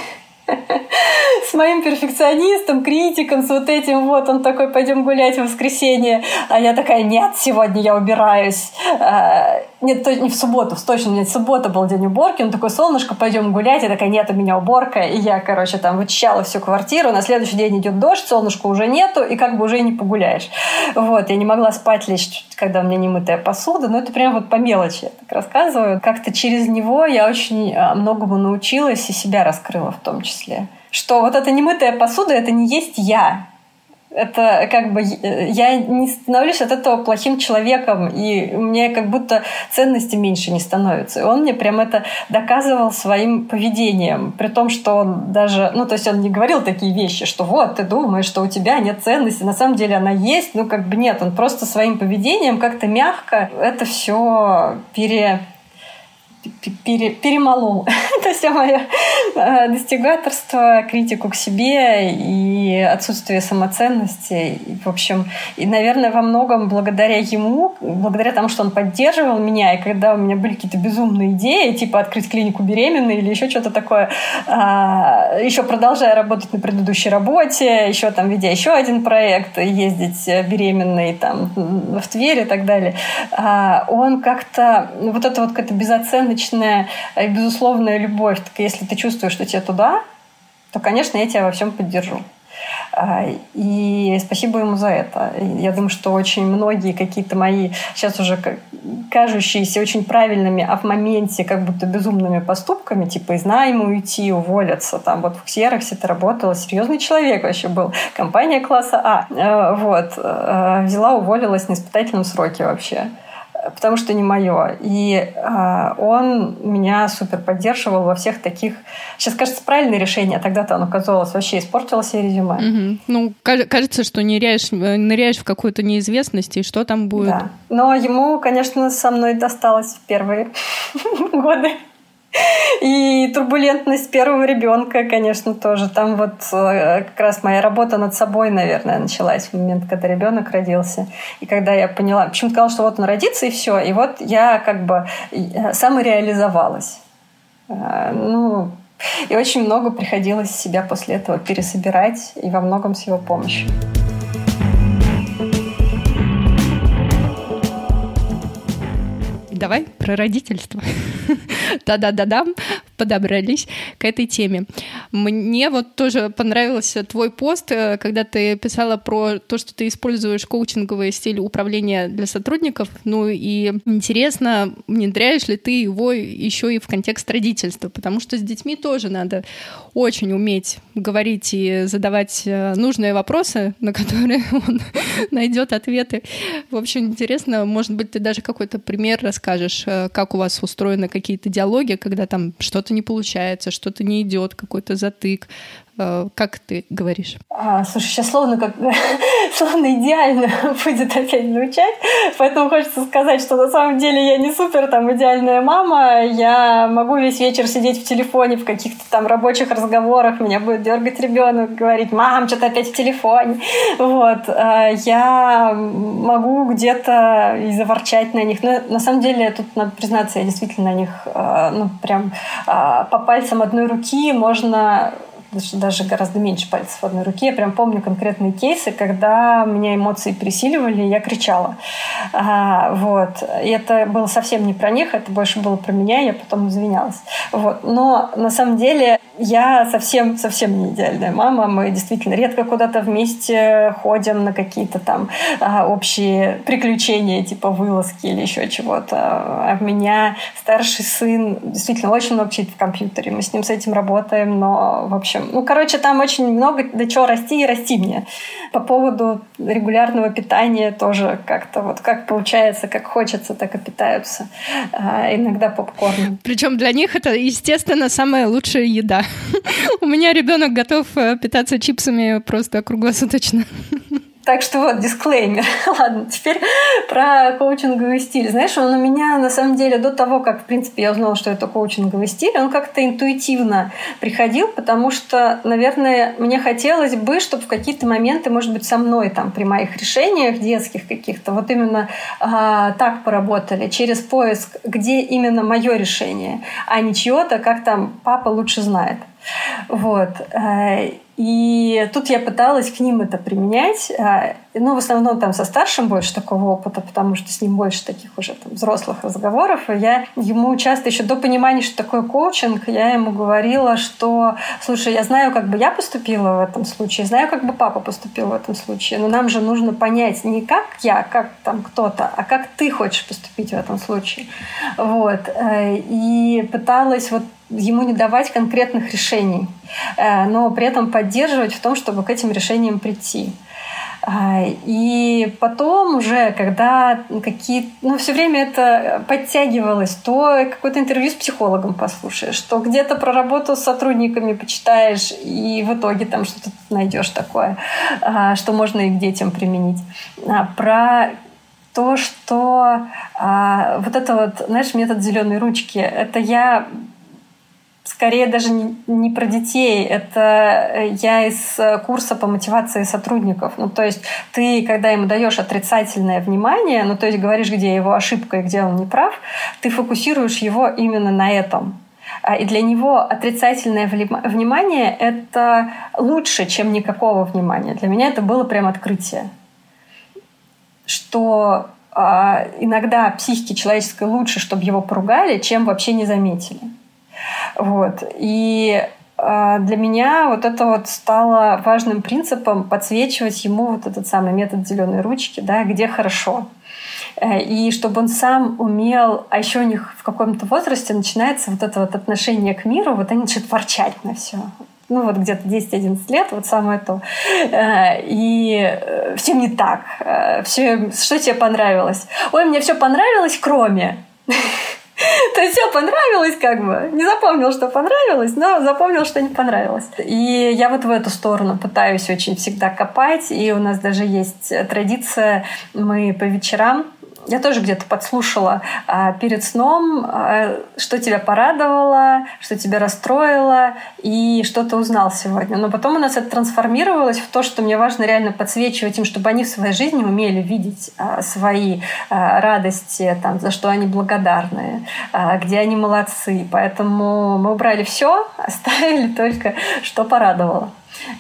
С моим перфекционистом, критиком, с вот этим он такой, пойдем гулять в воскресенье, а я такая, нет, сегодня я убираюсь. Нет, не в субботу, точно, нет, суббота был день уборки, он такой, солнышко, пойдем гулять, я такая, нет, у меня уборка, и я, там вычищала всю квартиру, на следующий день идет дождь, солнышка уже нету, и уже и не погуляешь. Я не могла спать лечь, когда у меня немытая посуда, но это прям по мелочи я так рассказываю. Как-то через него я очень многому научилась и себя раскрыла в том числе. Что эта немытая посуда — это не есть я. Это как бы я не становлюсь от этого плохим человеком, и у меня как будто ценности меньше не становится. И он мне прям это доказывал своим поведением, при том, что он даже, то есть он не говорил такие вещи, что вот, ты думаешь, что у тебя нет ценности, на самом деле она есть, как бы нет, он просто своим поведением как-то мягко это все перемолол. Это все мое достигаторство, критику к себе и отсутствие самоценности. В общем, и, наверное, во многом благодаря ему, благодаря тому, что он поддерживал меня, и когда у меня были какие-то безумные идеи, типа открыть клинику беременной или еще что-то такое, еще продолжая работать на предыдущей работе, еще там ведя еще один проект, ездить беременной там в Тверь и так далее, он как-то вот это вот какая-то безоценочная и безусловная любовь. Так если ты чувствуешь, что тебе туда, то, конечно, я тебя во всем поддержу. И спасибо ему за это. Я думаю, что очень многие какие-то мои сейчас уже кажущиеся очень правильными, а в моменте как будто безумными поступками, типа из найма уйти, уволиться. Там вот в Ксероксе ты работала, серьезный человек вообще был, компания класса А. Взяла, уволилась на испытательном сроке вообще. Потому что не мое. И он меня супер поддерживал во всех таких... Сейчас, кажется, правильное решение, а тогда-то оно казалось вообще испортило себе резюме. Угу. Кажется, что ныряешь в какую-то неизвестность, и что там будет. Да. Но ему, конечно, со мной досталось в первые годы. И турбулентность первого ребенка, конечно, тоже. Там вот как раз моя работа над собой, наверное, началась в момент, когда ребенок родился. И когда я поняла, почему-то сказала, что вот он родится, и все. И вот я как бы самореализовалась. И очень много приходилось себя после этого пересобирать, и во многом с его помощью. Давай про родительство. Да-да-да-дам, подобрались к этой теме. Мне вот тоже понравился твой пост, когда ты писала про то, что ты используешь коучинговый стиль управления для сотрудников. И интересно, внедряешь ли ты его еще и в контекст родительства, потому что с детьми тоже надо очень уметь говорить и задавать нужные вопросы, на которые он найдет ответы. В общем, интересно, может быть, ты даже какой-то пример расскажешь, как у вас устроены какие-то диалоги, когда там что-то не получается, что-то не идет, какой-то затык. Как ты говоришь? Слушай, сейчас словно идеально будет опять звучать, поэтому хочется сказать, что на самом деле я не супер там идеальная мама, я могу весь вечер сидеть в телефоне в каких-то там рабочих разговорах, меня будет дергать ребенок, говорить: мам, что-то опять в телефоне. Вот. Я могу где-то и заворчать на них, но на самом деле тут надо признаться, я действительно на них прям по пальцам одной руки можно... даже гораздо меньше пальцев в одной руке. Я прям помню конкретные кейсы, когда меня эмоции пересиливали, и я кричала. И это было совсем не про них, это больше было про меня, я потом извинялась. Но на самом деле я совсем не идеальная мама. Мы действительно редко куда-то вместе ходим на какие-то там общие приключения, типа вылазки или еще чего-то. А у меня старший сын действительно очень много читает в компьютере. Мы с ним с этим работаем, но, в общем, там очень много до чего расти и расти мне. По поводу регулярного питания тоже как-то вот как получается, как хочется, так и питаются. Иногда попкорном. Причем для них это, естественно, самая лучшая еда. У меня ребенок готов питаться чипсами просто круглосуточно. Так что вот, дисклеймер. Ладно, теперь про коучинговый стиль. Знаешь, он у меня, на самом деле, до того, как, в принципе, я узнала, что это коучинговый стиль, он как-то интуитивно приходил, потому что, наверное, мне хотелось бы, чтобы в какие-то моменты, может быть, со мной там при моих решениях детских каких-то вот именно так поработали, через поиск, где именно мое решение, а не чье-то, как там папа лучше знает. Вот. И тут я пыталась к ним это применять, в основном там со старшим больше такого опыта, потому что с ним больше таких уже там взрослых разговоров. И я ему часто еще до понимания, что такое коучинг, я ему говорила, что, слушай, я знаю, как бы я поступила в этом случае, знаю, как бы папа поступил в этом случае, но нам же нужно понять не как я, как там кто-то, а как ты хочешь поступить в этом случае. Вот. И пыталась ему не давать конкретных решений, но при этом поддерживать в том, чтобы к этим решениям прийти. И потом уже, когда все время это подтягивалось, то какое-то интервью с психологом послушаешь, что где-то про работу с сотрудниками почитаешь, и в итоге там что-то найдешь такое, что можно и к детям применить. Про то, что вот это вот, знаешь, метод зеленой ручки, это я скорее даже не про детей, это я из курса по мотивации сотрудников. То есть ты, когда ему даешь отрицательное внимание, то есть говоришь, где его ошибка и где он не прав, ты фокусируешь его именно на этом. И для него отрицательное внимание — это лучше, чем никакого внимания. Для меня это было прям открытие, что иногда психике человеческой лучше, чтобы его поругали, чем вообще не заметили. Вот. И для меня вот это вот стало важным принципом подсвечивать ему вот этот самый метод зеленой ручки, да, где хорошо. И чтобы он сам умел, а еще у них в каком-то возрасте начинается вот это вот отношение к миру, вот они начинают ворчать на все. Вот где-то 10-11 лет, вот самое то. И все не так. Все, что тебе понравилось? Ой, мне все понравилось, кроме... То есть все понравилось, не запомнил, что понравилось, но запомнил, что не понравилось. И я вот в эту сторону пытаюсь очень всегда копать. И у нас даже есть традиция, мы по вечерам, я тоже где-то подслушала перед сном, что тебя порадовало, что тебя расстроило и что ты узнал сегодня. Но потом у нас это трансформировалось в то, что мне важно реально подсвечивать им, чтобы они в своей жизни умели видеть свои радости, за что они благодарны, где они молодцы. Поэтому мы убрали все, оставили только, что порадовало.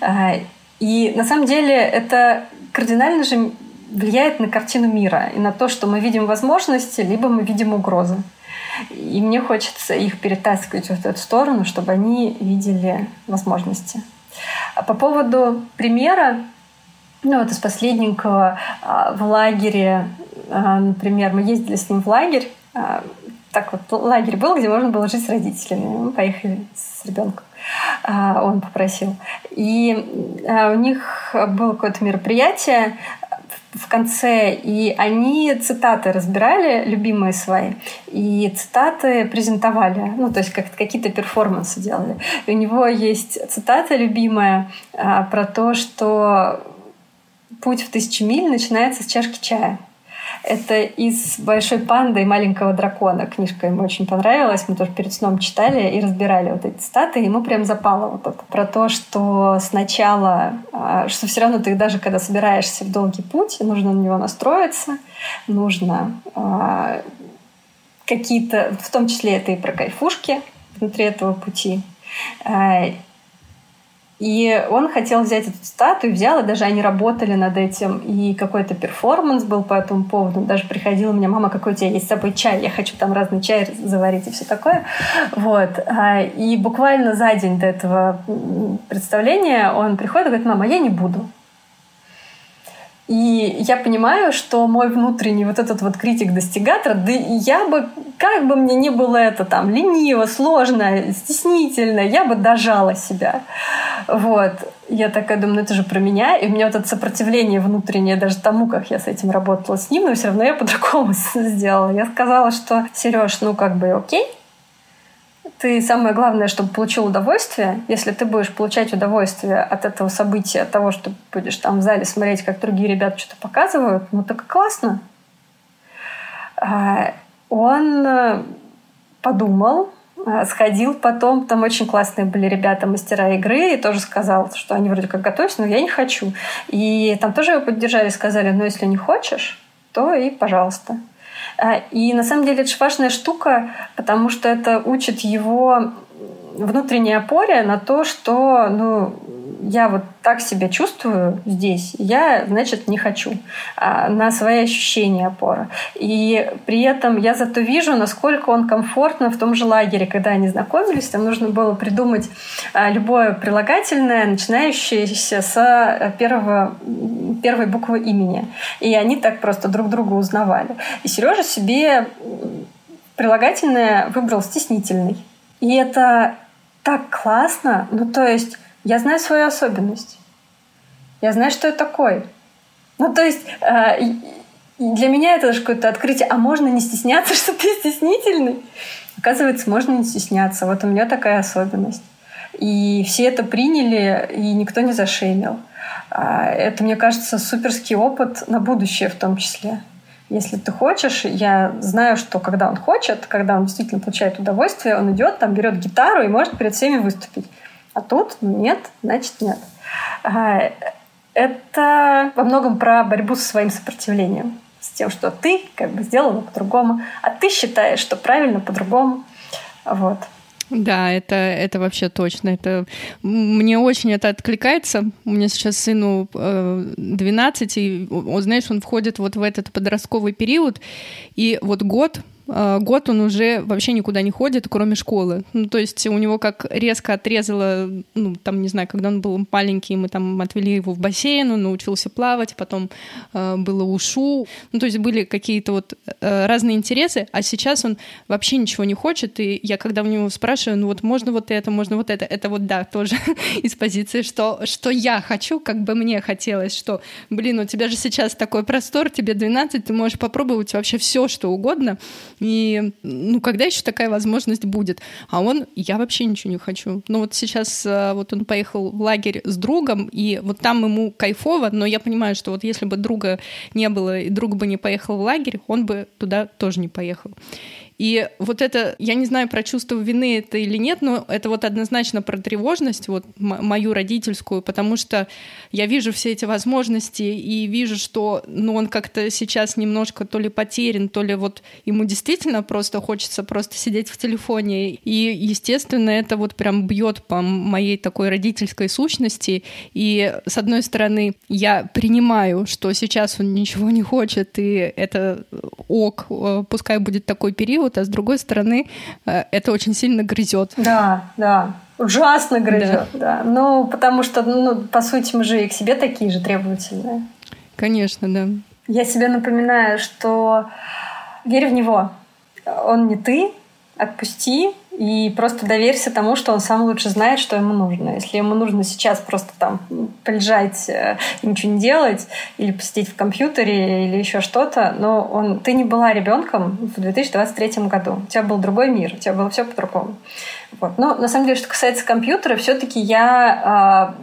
И на самом деле это кардинально же влияет на картину мира и на то, что мы видим возможности, либо мы видим угрозы. И мне хочется их перетаскивать в эту сторону, чтобы они видели возможности. А по поводу примера, из последнего в лагере, например, мы ездили с ним в лагерь. Так вот, лагерь был, где можно было жить с родителями. Мы поехали с ребенком. Он попросил. И у них было какое-то мероприятие в конце, и они цитаты разбирали, любимые свои, и цитаты презентовали, то есть какие-то перформансы делали. И у него есть цитата любимая про то, что путь в 1000 миль начинается с чашки чая. Это из «Большой панды и маленького дракона». Книжка ему очень понравилась. Мы тоже перед сном читали и разбирали вот эти цитаты. И ему прям запало вот это. Про то, что сначала, что все равно ты даже когда собираешься в долгий путь, нужно на него настроиться, нужно какие-то, в том числе это и про кайфушки внутри этого пути. И он хотел взять эту цитату, и взял, и даже они работали над этим, и какой-то перформанс был по этому поводу. Даже приходила у меня: мама, какой у тебя есть с собой чай? Я хочу там разный чай заварить и все такое. Вот. И буквально за день до этого представления он приходит и говорит: мама, я не буду. И я понимаю, что мой внутренний вот этот вот критик-достигатор, да я бы, как бы мне ни было это там лениво, сложно, стеснительно, я бы дожала себя. Вот. Я такая думаю, это же про меня. И у меня вот это сопротивление внутреннее даже тому, как я с этим работала с ним, но все равно я по-другому сделала. Я сказала, что: Сереж, окей, ты самое главное, чтобы получил удовольствие. Если ты будешь получать удовольствие от этого события, от того, что будешь там в зале смотреть, как другие ребята что-то показывают, так классно. Он подумал, сходил потом, там очень классные были ребята, мастера игры, и тоже сказал, что они вроде как готовятся, но я не хочу. И там тоже его поддержали, сказали: если не хочешь, то и пожалуйста. И на самом деле это же важная штука, потому что это учит его внутренней опоре на то, что я вот так себя чувствую здесь, я, значит, не хочу, на свои ощущения опора. И при этом я зато вижу, насколько он комфортно в том же лагере, когда они знакомились, там нужно было придумать любое прилагательное, начинающееся с первой буквы имени. И они так просто друг друга узнавали. И Сережа себе прилагательное выбрал стеснительный. И это так классно. То есть я знаю свою особенность. Я знаю, что я такой. Ну, то есть для меня это даже какое-то открытие. А можно не стесняться, что ты стеснительный? Оказывается, можно не стесняться. Вот у меня такая особенность. И все это приняли, и никто не зашеймил. Это, мне кажется, суперский опыт на будущее в том числе. Если ты хочешь, я знаю, что когда он хочет, когда он действительно получает удовольствие, он идет, там берет гитару и может перед всеми выступить. А тут нет, значит нет. Это во многом про борьбу со своим сопротивлением. С тем, что ты как бы сделала по-другому, а ты считаешь, что правильно по-другому. Вот. Да, это вообще точно. Мне очень это откликается. У меня сейчас сыну 12, и, знаешь, он входит вот в этот подростковый период, и вот год он уже вообще никуда не ходит, кроме школы. Ну, то есть у него как резко отрезало, там, не знаю, когда он был маленький, мы там отвели его в бассейн, он научился плавать, потом было ушу. Ну, то есть были какие-то вот разные интересы, а сейчас он вообще ничего не хочет, и я когда у него спрашиваю, вот можно вот это, это вот да, тоже из позиции, что я хочу, как бы мне хотелось, что, у тебя же сейчас такой простор, тебе 12, ты можешь попробовать вообще все, что угодно. И, когда еще такая возможность будет? А я вообще ничего не хочу. Вот сейчас вот он поехал в лагерь с другом, и вот там ему кайфово, но я понимаю, что вот если бы друга не было, и друг бы не поехал в лагерь, он бы туда тоже не поехал. И вот это, я не знаю, про чувство вины это или нет, но это вот однозначно про тревожность, вот мою родительскую, потому что я вижу все эти возможности и вижу, что он как-то сейчас немножко то ли потерян, то ли вот ему действительно просто хочется просто сидеть в телефоне. И, естественно, это вот прям бьет по моей такой родительской сущности. И, с одной стороны, я принимаю, что сейчас он ничего не хочет, и это ок, пускай будет такой период, а с другой стороны, это очень сильно грызет. Да, ужасно грызет, да. Потому что, по сути, мы же и к себе такие же требовательные. Конечно, да. Я себе напоминаю, что верь в него. Он не ты, отпусти и просто доверься тому, что он сам лучше знает, что ему нужно. Если ему нужно сейчас просто там полежать и ничего не делать, или посидеть в компьютере, или еще что-то, но ты не была ребенком в 2023 году. У тебя был другой мир, у тебя было все по-другому. Вот. Но на самом деле, что касается компьютера, все-таки я,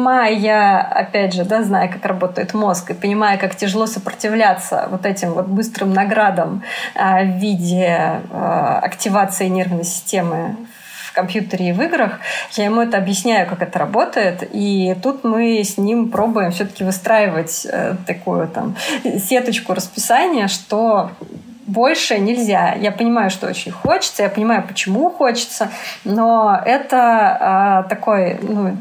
опять же, зная, как работает мозг, и понимая, как тяжело сопротивляться вот этим вот быстрым наградам в виде активации нервной системы в компьютере и в играх, я ему это объясняю, как это работает, и тут мы с ним пробуем все-таки выстраивать такую там сеточку расписания, что больше нельзя. Я понимаю, что очень хочется, я понимаю, почему хочется, но это такой,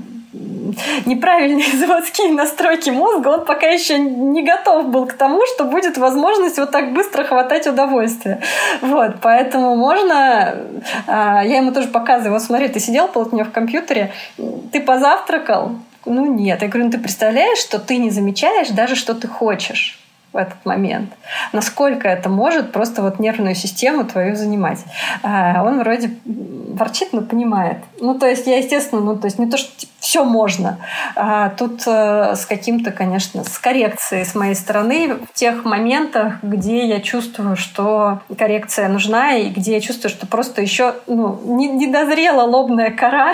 неправильные заводские настройки мозга, он пока еще не готов был к тому, что будет возможность вот так быстро хватать удовольствие. Вот, поэтому можно... Я ему тоже показываю, вот смотри, ты сидел полдня в компьютере, ты позавтракал? Нет. Я говорю, ты представляешь, что ты не замечаешь даже, что ты хочешь в этот момент. Насколько это может просто вот нервную систему твою занимать. Он вроде ворчит, но понимает. То есть я, естественно, не то, что все можно. Тут с каким-то, конечно, с коррекцией с моей стороны в тех моментах, где я чувствую, что коррекция нужна, и где я чувствую, что просто еще не дозрела лобная кора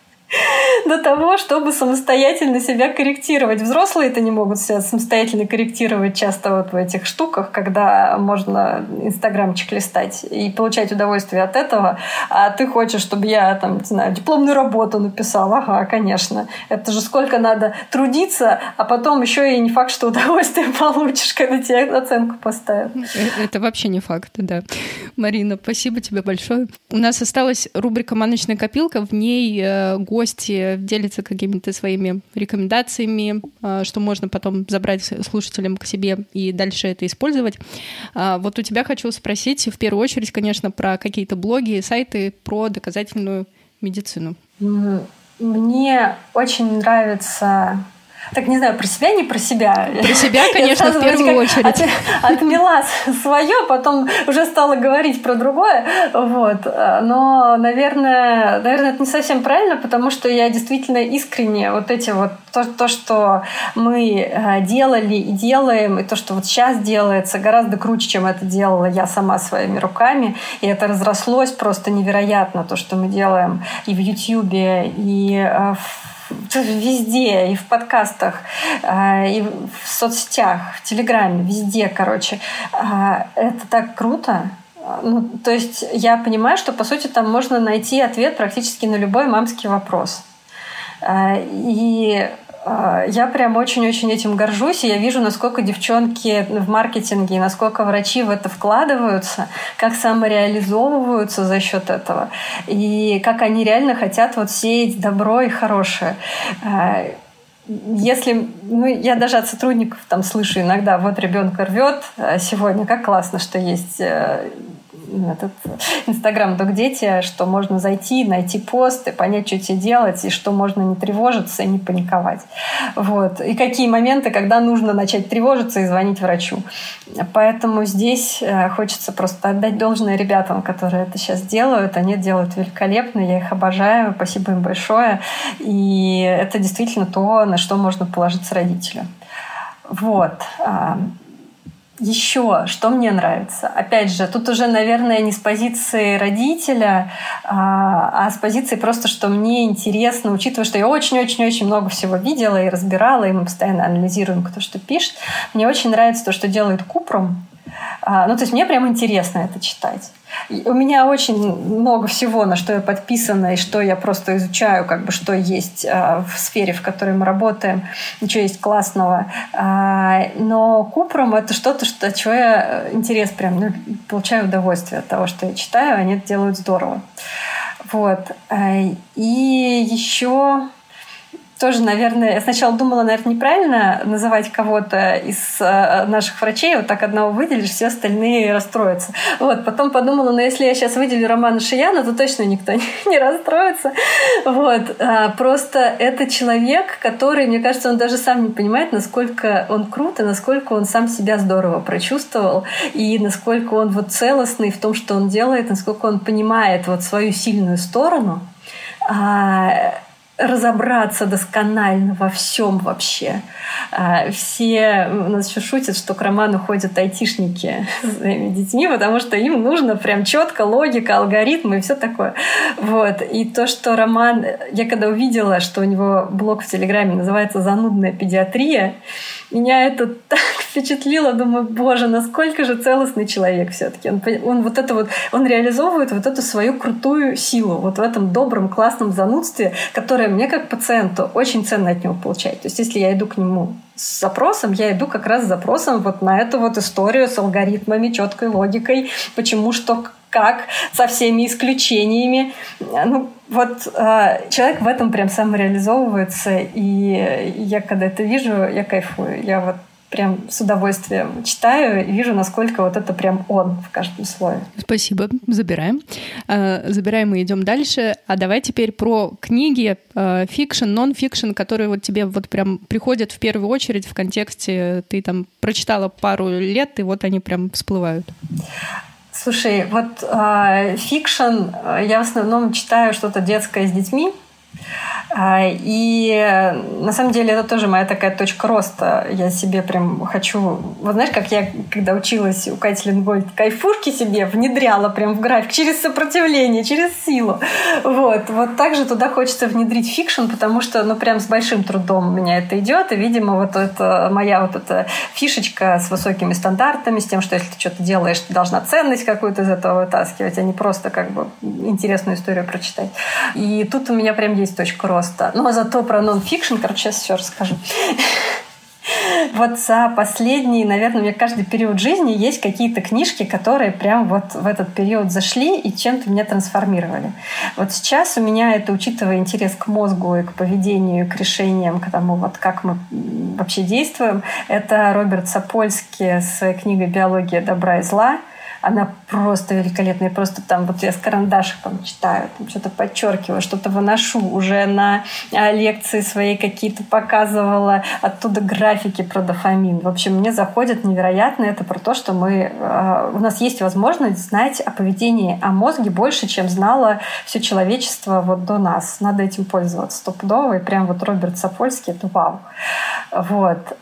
до того, чтобы самостоятельно себя корректировать. Взрослые это не могут себя самостоятельно корректировать часто вот в этих штуках, когда можно инстаграмчик листать и получать удовольствие от этого, а ты хочешь, чтобы я там, не знаю, дипломную работу написала. Ага, конечно. Это же сколько надо трудиться, а потом еще и не факт, что удовольствие получишь, когда тебе оценку поставят. Это вообще не факт, да. Марина, спасибо тебе большое. У нас осталась рубрика «Маночная копилка». В ней гости делятся какими-то своими рекомендациями, что можно потом забрать слушателям к себе и дальше это использовать. Вот у тебя хочу спросить в первую очередь, конечно, про какие-то блоги, сайты про доказательную медицину. Мне очень нравится Так, не знаю, про себя, не про себя. Про себя, конечно, в первую очередь. Отмела свое, потом уже стала говорить про другое. Вот. Но, наверное, это не совсем правильно, потому что я действительно искренне вот эти вот то, что мы делали и делаем, и то, что вот сейчас делается, гораздо круче, чем это делала я сама своими руками. И это разрослось просто невероятно, то, что мы делаем и в Ютьюбе, и везде, и в подкастах, и в соцсетях, в Телеграме, везде, короче. Это так круто. Ну, то есть я понимаю, что, по сути, там можно найти ответ практически на любой мамский вопрос. И я прям очень-очень этим горжусь, и я вижу, насколько девчонки в маркетинге, насколько врачи в это вкладываются, как самореализовываются за счет этого, и как они реально хотят вот сеять добро и хорошее. Если, я даже от сотрудников там слышу иногда, вот ребенка рвет сегодня, как классно, что есть этот Инстаграм «Док Дети», что можно зайти, найти пост и понять, что тебе делать, и что можно не тревожиться и не паниковать. Вот. И какие моменты, когда нужно начать тревожиться и звонить врачу. Поэтому здесь хочется просто отдать должное ребятам, которые это сейчас делают. Они делают великолепно, я их обожаю, спасибо им большое. И это действительно то, на что можно положиться родителю. Вот. Еще, что мне нравится? Опять же, тут уже, наверное, не с позиции родителя, а с позиции просто, что мне интересно, учитывая, что я очень-очень-очень много всего видела и разбирала, и мы постоянно анализируем, кто что пишет. Мне очень нравится то, что делает Купрум. То есть мне прям интересно это читать. У меня очень много всего, на что я подписана, и что я просто изучаю, как бы, что есть в сфере, в которой мы работаем, ничего есть классного. Но Купрум — это что-то, от чего я интерес прям, получаю удовольствие от того, что я читаю, они это делают здорово. Вот. И еще... Тоже, наверное, я сначала думала, наверное, неправильно называть кого-то из наших врачей, вот так одного выделишь, все остальные расстроятся. Вот, потом подумала, если я сейчас выделю Романа Шияна, то точно никто не расстроится. Вот. Просто это человек, который, мне кажется, он даже сам не понимает, насколько он крут, и насколько он сам себя здорово прочувствовал, и насколько он вот целостный в том, что он делает, насколько он понимает вот свою сильную сторону, разобраться досконально во всем вообще. Все у нас еще шутят, что к Роману ходят айтишники с своими детьми, потому что им нужно прям четко логика, алгоритмы и все такое. Вот. И то, что Роман... Я когда увидела, что у него блог в Телеграме называется «Занудная педиатрия», меня это так впечатлило. Думаю, боже, насколько же целостный человек все-таки. Он реализовывает вот эту свою крутую силу вот в этом добром, классном занудстве, которое мне как пациенту очень ценно от него получать. То есть если я иду к нему с запросом, я иду как раз с запросом вот на эту вот историю с алгоритмами, четкой логикой, почему, что, как, со всеми исключениями. Человек в этом прям самореализовывается, и я, когда это вижу, я кайфую. Я вот прям с удовольствием читаю и вижу, насколько вот это прям он в каждом слове. Спасибо, забираем. Забираем и идем дальше. А давай теперь про книги, фикшн, нон-фикшн, которые вот тебе вот прям приходят в первую очередь в контексте, ты там прочитала пару лет, и вот они прям всплывают. Слушай, вот фикшн я в основном читаю что-то детское с детьми. И на самом деле это тоже моя такая точка роста. Я себе прям хочу... Вот знаешь, как я, когда училась у Кати Ленгольд, кайфушки себе внедряла прям в график через сопротивление, через силу. Вот так же туда хочется внедрить фикшн, потому что, прям с большим трудом у меня это идет. И, видимо, вот это моя вот эта фишечка с высокими стандартами, с тем, что если ты что-то делаешь, ты должна ценность какую-то из этого вытаскивать, а не просто как бы интересную историю прочитать. И тут у меня прям есть точка роста. А зато про нон-фикшн, сейчас все расскажу. Вот за последний, наверное, у меня каждый период жизни есть какие-то книжки, которые прям вот в этот период зашли и чем-то меня трансформировали. Вот сейчас у меня это, учитывая интерес к мозгу и к поведению, к решениям, к тому, вот как мы вообще действуем, это Роберт Сапольски с своей книгой «Биология добра и зла». Она просто великолепная. Просто там вот я с карандашиком читаю, там что-то подчеркиваю, что-то выношу. Уже на лекции своей какие-то показывала оттуда графики про дофамин. В общем, мне заходит невероятно это про то, что у нас есть возможность знать о поведении, о мозге больше, чем знало все человечество вот до нас. Надо этим пользоваться стопудово. И прям вот Роберт Сапольский — это вау. Вот.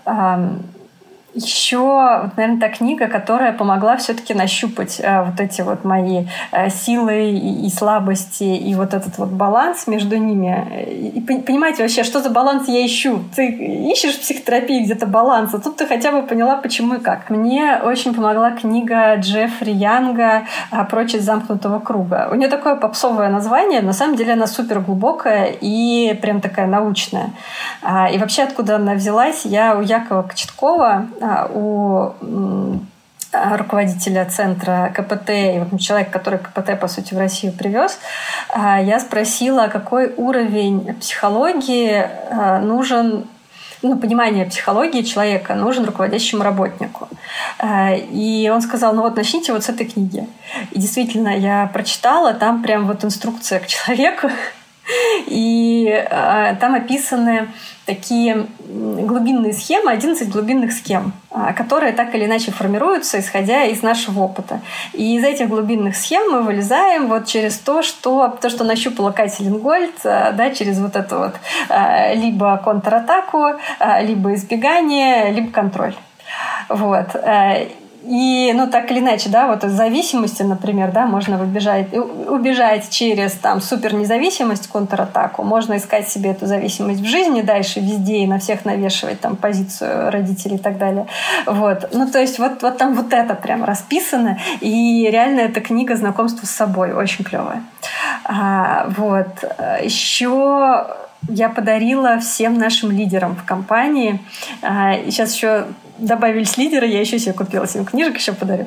Еще, вот, наверное, та книга, которая помогла все-таки нащупать вот эти вот мои силы и слабости, и вот этот вот баланс между ними. И понимаете вообще, что за баланс я ищу? Ты ищешь в психотерапии где-то баланс, а тут ты хотя бы поняла, почему и как. Мне очень помогла книга Джеффри Янга «Прочь из замкнутого круга». У нее такое попсовое название, на самом деле она супер глубокая и прям такая научная. И вообще, откуда она взялась, я у Якова Кочеткова, у руководителя центра КПТ, и вот человек, который КПТ, по сути, в Россию привез, я спросила, какой уровень психологии нужен, понимание психологии человека нужен руководящему работнику. И он сказал, начните вот с этой книги. И действительно, я прочитала, там прям вот инструкция к человеку, и там описаны такие глубинные схемы, 11 глубинных схем, которые так или иначе формируются, исходя из нашего опыта. И из этих глубинных схем мы вылезаем вот через то, что нащупала Катя Ленгольд, да, через вот это вот либо контратаку, либо избегание, либо контроль. Вот. И, так или иначе, да, вот из зависимости, например, да, можно убежать через там супернезависимость, контратаку, можно искать себе эту зависимость в жизни дальше, везде и на всех навешивать там позицию родителей и так далее. Вот. То есть вот там вот это прям расписано, и реально эта книга «Знакомство с собой» очень клевая. Вот. Еще я подарила всем нашим лидерам в компании, и сейчас еще добавились лидеры, я еще себе купила 7 книжек, еще подарю.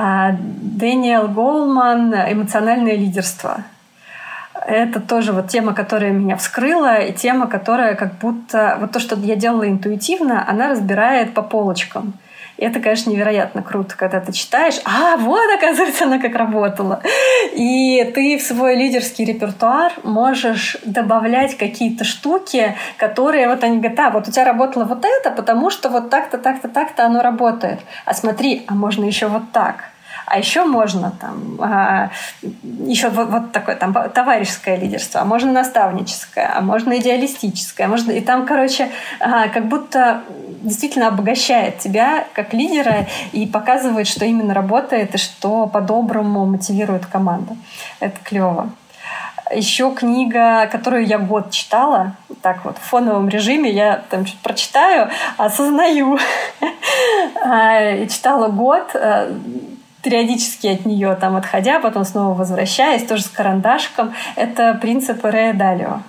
Дэниел Голман «Эмоциональное лидерство». Это тоже вот тема, которая меня вскрыла, и тема, которая как будто... Вот то, что я делала интуитивно, она разбирает по полочкам. И это, конечно, невероятно круто, когда ты читаешь, вот, оказывается, она как работала. И ты в свой лидерский репертуар можешь добавлять какие-то штуки, которые вот они говорят, вот у тебя работало вот это, потому что вот так-то, так-то, так-то оно работает. А смотри, можно еще вот так. А еще можно там еще вот такое там товарищеское лидерство, а можно наставническое, а можно идеалистическое, можно и там, короче, как будто действительно обогащает тебя как лидера и показывает, что именно работает и что по-доброму мотивирует команду. Это клево. Еще книга, которую я год читала, так вот, в фоновом режиме, я там что-то прочитаю, осознаю. Читала год, периодически от нее там отходя, потом снова возвращаясь, тоже с карандашком. Это «Принципы Рэя Далио».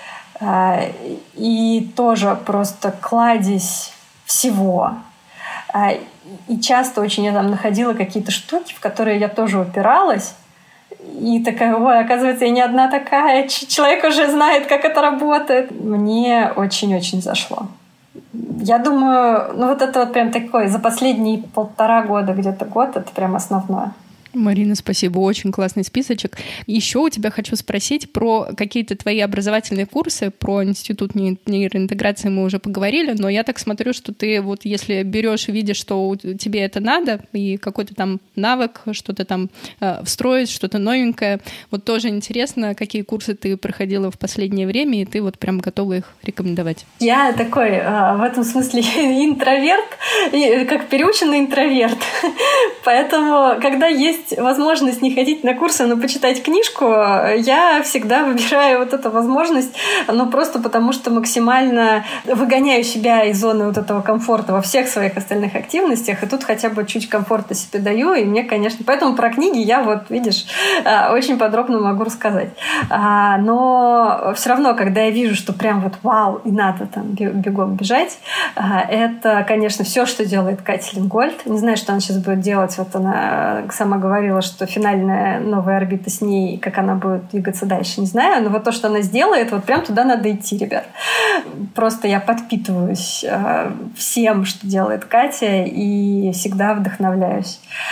И тоже просто кладезь всего. И часто очень я там находила какие-то штуки, в которые я тоже упиралась. И такая, оказывается, я не одна такая. Человек уже знает, как это работает. Мне очень-очень зашло. Я думаю, вот это вот прям такое за последние 1,5 года, где-то год, это прям основное. Марина, спасибо, очень классный списочек. Еще у тебя хочу спросить про какие-то твои образовательные курсы, про институт нейроинтеграции мы уже поговорили, но я так смотрю, что ты вот если берешь и видишь, что тебе это надо, и какой-то там навык, что-то там встроить, что-то новенькое, вот тоже интересно, какие курсы ты проходила в последнее время, и ты вот прям готова их рекомендовать. Я такой в этом смысле интроверт, как переученный интроверт, поэтому, когда есть возможность не ходить на курсы, но почитать книжку, я всегда выбираю вот эту возможность, просто потому что максимально выгоняю себя из зоны вот этого комфорта во всех своих остальных активностях, и тут хотя бы чуть комфорта себе даю, и мне, конечно... Поэтому про книги я вот, видишь, очень подробно могу рассказать. Но все равно, когда я вижу, что прям вот вау, и надо там бегом бежать, это, конечно, все, что делает Катя Ленгольд. Не знаю, что она сейчас будет делать, вот она сама говорила, что финальная новая орбита с ней, как она будет двигаться дальше, не знаю, но вот то, что она сделает, вот прям туда надо идти, ребят. Просто я подпитываюсь всем, что делает Катя, и всегда вдохновляюсь.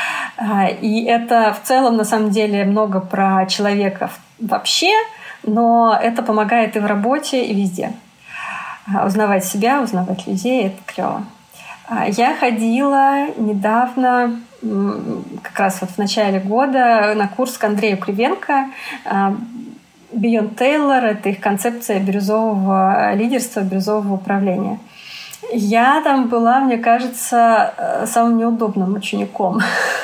И это в целом, на самом деле, много про человека вообще, но это помогает и в работе, и везде. Узнавать себя, узнавать людей — это клево. Я ходила недавно, как раз вот в начале года, на курс к Андрею Кривенко Beyond Taylor — это их концепция бирюзового лидерства, бирюзового управления. Я там была, мне кажется, самым неудобным учеником.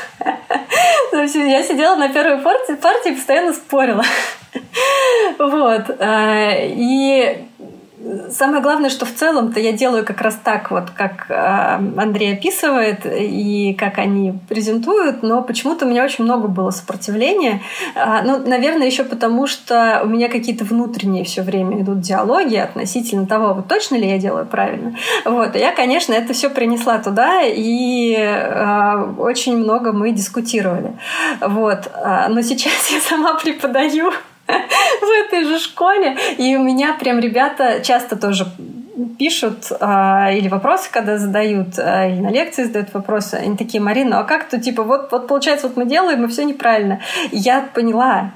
Я сидела на первой партии и постоянно спорила. Вот. И самое главное, что в целом-то я делаю как раз так, вот как Андрей описывает и как они презентуют, но почему-то у меня очень много было сопротивления. Ну, наверное, еще потому, что у меня какие-то внутренние все время идут диалоги относительно того, вот точно ли я делаю правильно. Вот. И я, конечно, это все принесла туда, и очень много мы дискутировали. Вот. Но сейчас я сама преподаю в этой же школе, и у меня прям ребята часто тоже пишут или вопросы, когда задают, или на лекции задают вопросы, они такие: Марина, ну а как то, типа, вот получается, вот мы делаем, и все неправильно. И я поняла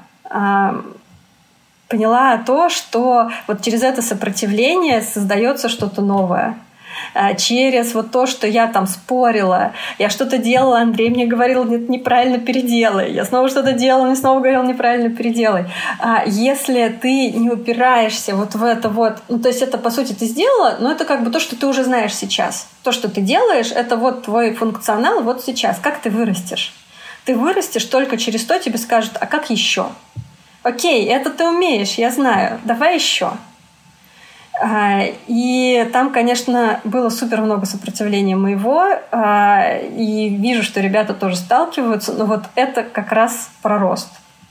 то, что вот через это сопротивление создается что-то новое. Через вот то, что я там спорила, я что-то делала, Андрей мне говорил: нет, неправильно переделай. Я снова что-то делала, он снова говорил: неправильно переделай. Если ты не упираешься вот в это вот, ну, то есть это, по сути, ты сделала, но это как бы то, что ты уже знаешь сейчас. То, что ты делаешь, это вот твой функционал вот сейчас. Как ты вырастешь? Ты вырастешь только через то, тебе скажут: а как еще? Окей, это ты умеешь, я знаю, давай еще. И там, конечно, было супер много сопротивления моего, и вижу, что ребята тоже сталкиваются, но вот это как раз про рост.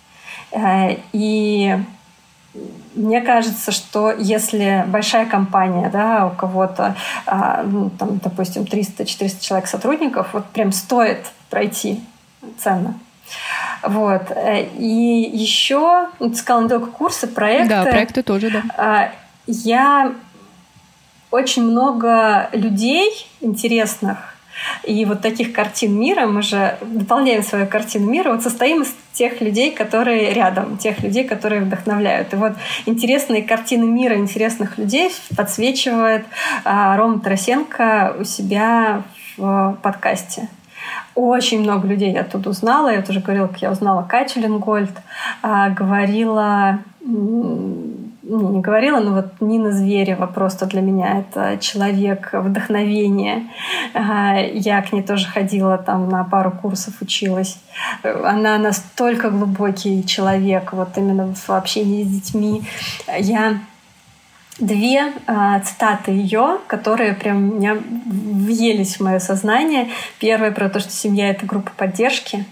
И мне кажется, что если большая компания, да, у кого-то, ну, там, допустим, 300-400 человек сотрудников, вот прям стоит пройти, ценно. Вот. И еще, ты сказала, не только курсы, проекты. Да, проекты тоже, да. Я очень много людей интересных и вот таких картин мира, мы же дополняем свою картину мира, вот состоим из тех людей, которые рядом, тех людей, которые вдохновляют. И вот интересные картины мира интересных людей подсвечивает Рома Тарасенко у себя в подкасте. Очень много людей я оттуда узнала. Я тоже говорила, как я узнала Катю Ленгольд, говорила... Не говорила, но вот Нина Зверева просто для меня это человек вдохновения. Я к ней тоже ходила, там на пару курсов училась. Она настолько глубокий человек, вот именно в общении с детьми. Я две цитаты ее, которые прям у меня въелись в мое сознание. Первая про то, что семья — это группа поддержки.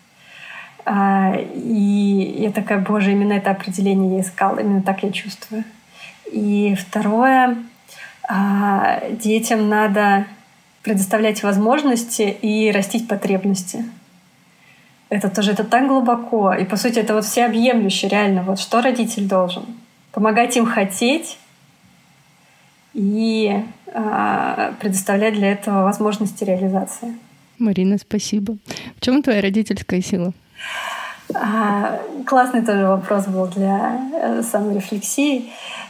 И я такая: боже, именно это определение я искала, именно так я чувствую. И второе, детям надо предоставлять возможности и растить потребности. Это тоже, это так глубоко. И, по сути, это вот всеобъемлюще, реально. Вот что родитель должен? Помогать им хотеть и предоставлять для этого возможности реализации. Марина, спасибо. В чем твоя родительская сила? Классный тоже вопрос был для саморефлексии.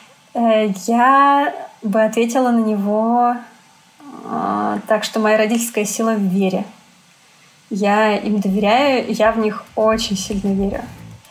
Я бы ответила на него так, что моя родительская сила в вере. Я им доверяю, я в них очень сильно верю.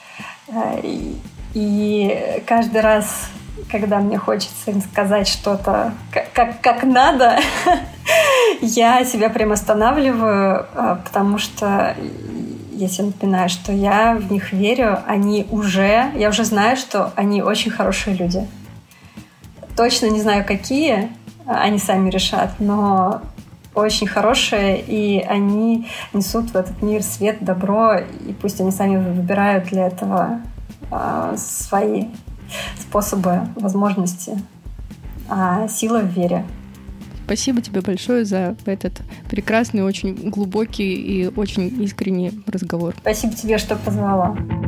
И каждый раз, когда мне хочется им сказать что-то как надо, я себя прям останавливаю, потому что я себе напоминаю, что я в них верю, я уже знаю, что они очень хорошие люди. Точно не знаю, какие, они сами решат, но очень хорошие, и они несут в этот мир свет, добро, и пусть они сами выбирают для этого свои способы, возможности. Сила в вере. Спасибо тебе большое за этот прекрасный, очень глубокий и очень искренний разговор. Спасибо тебе, что позвала.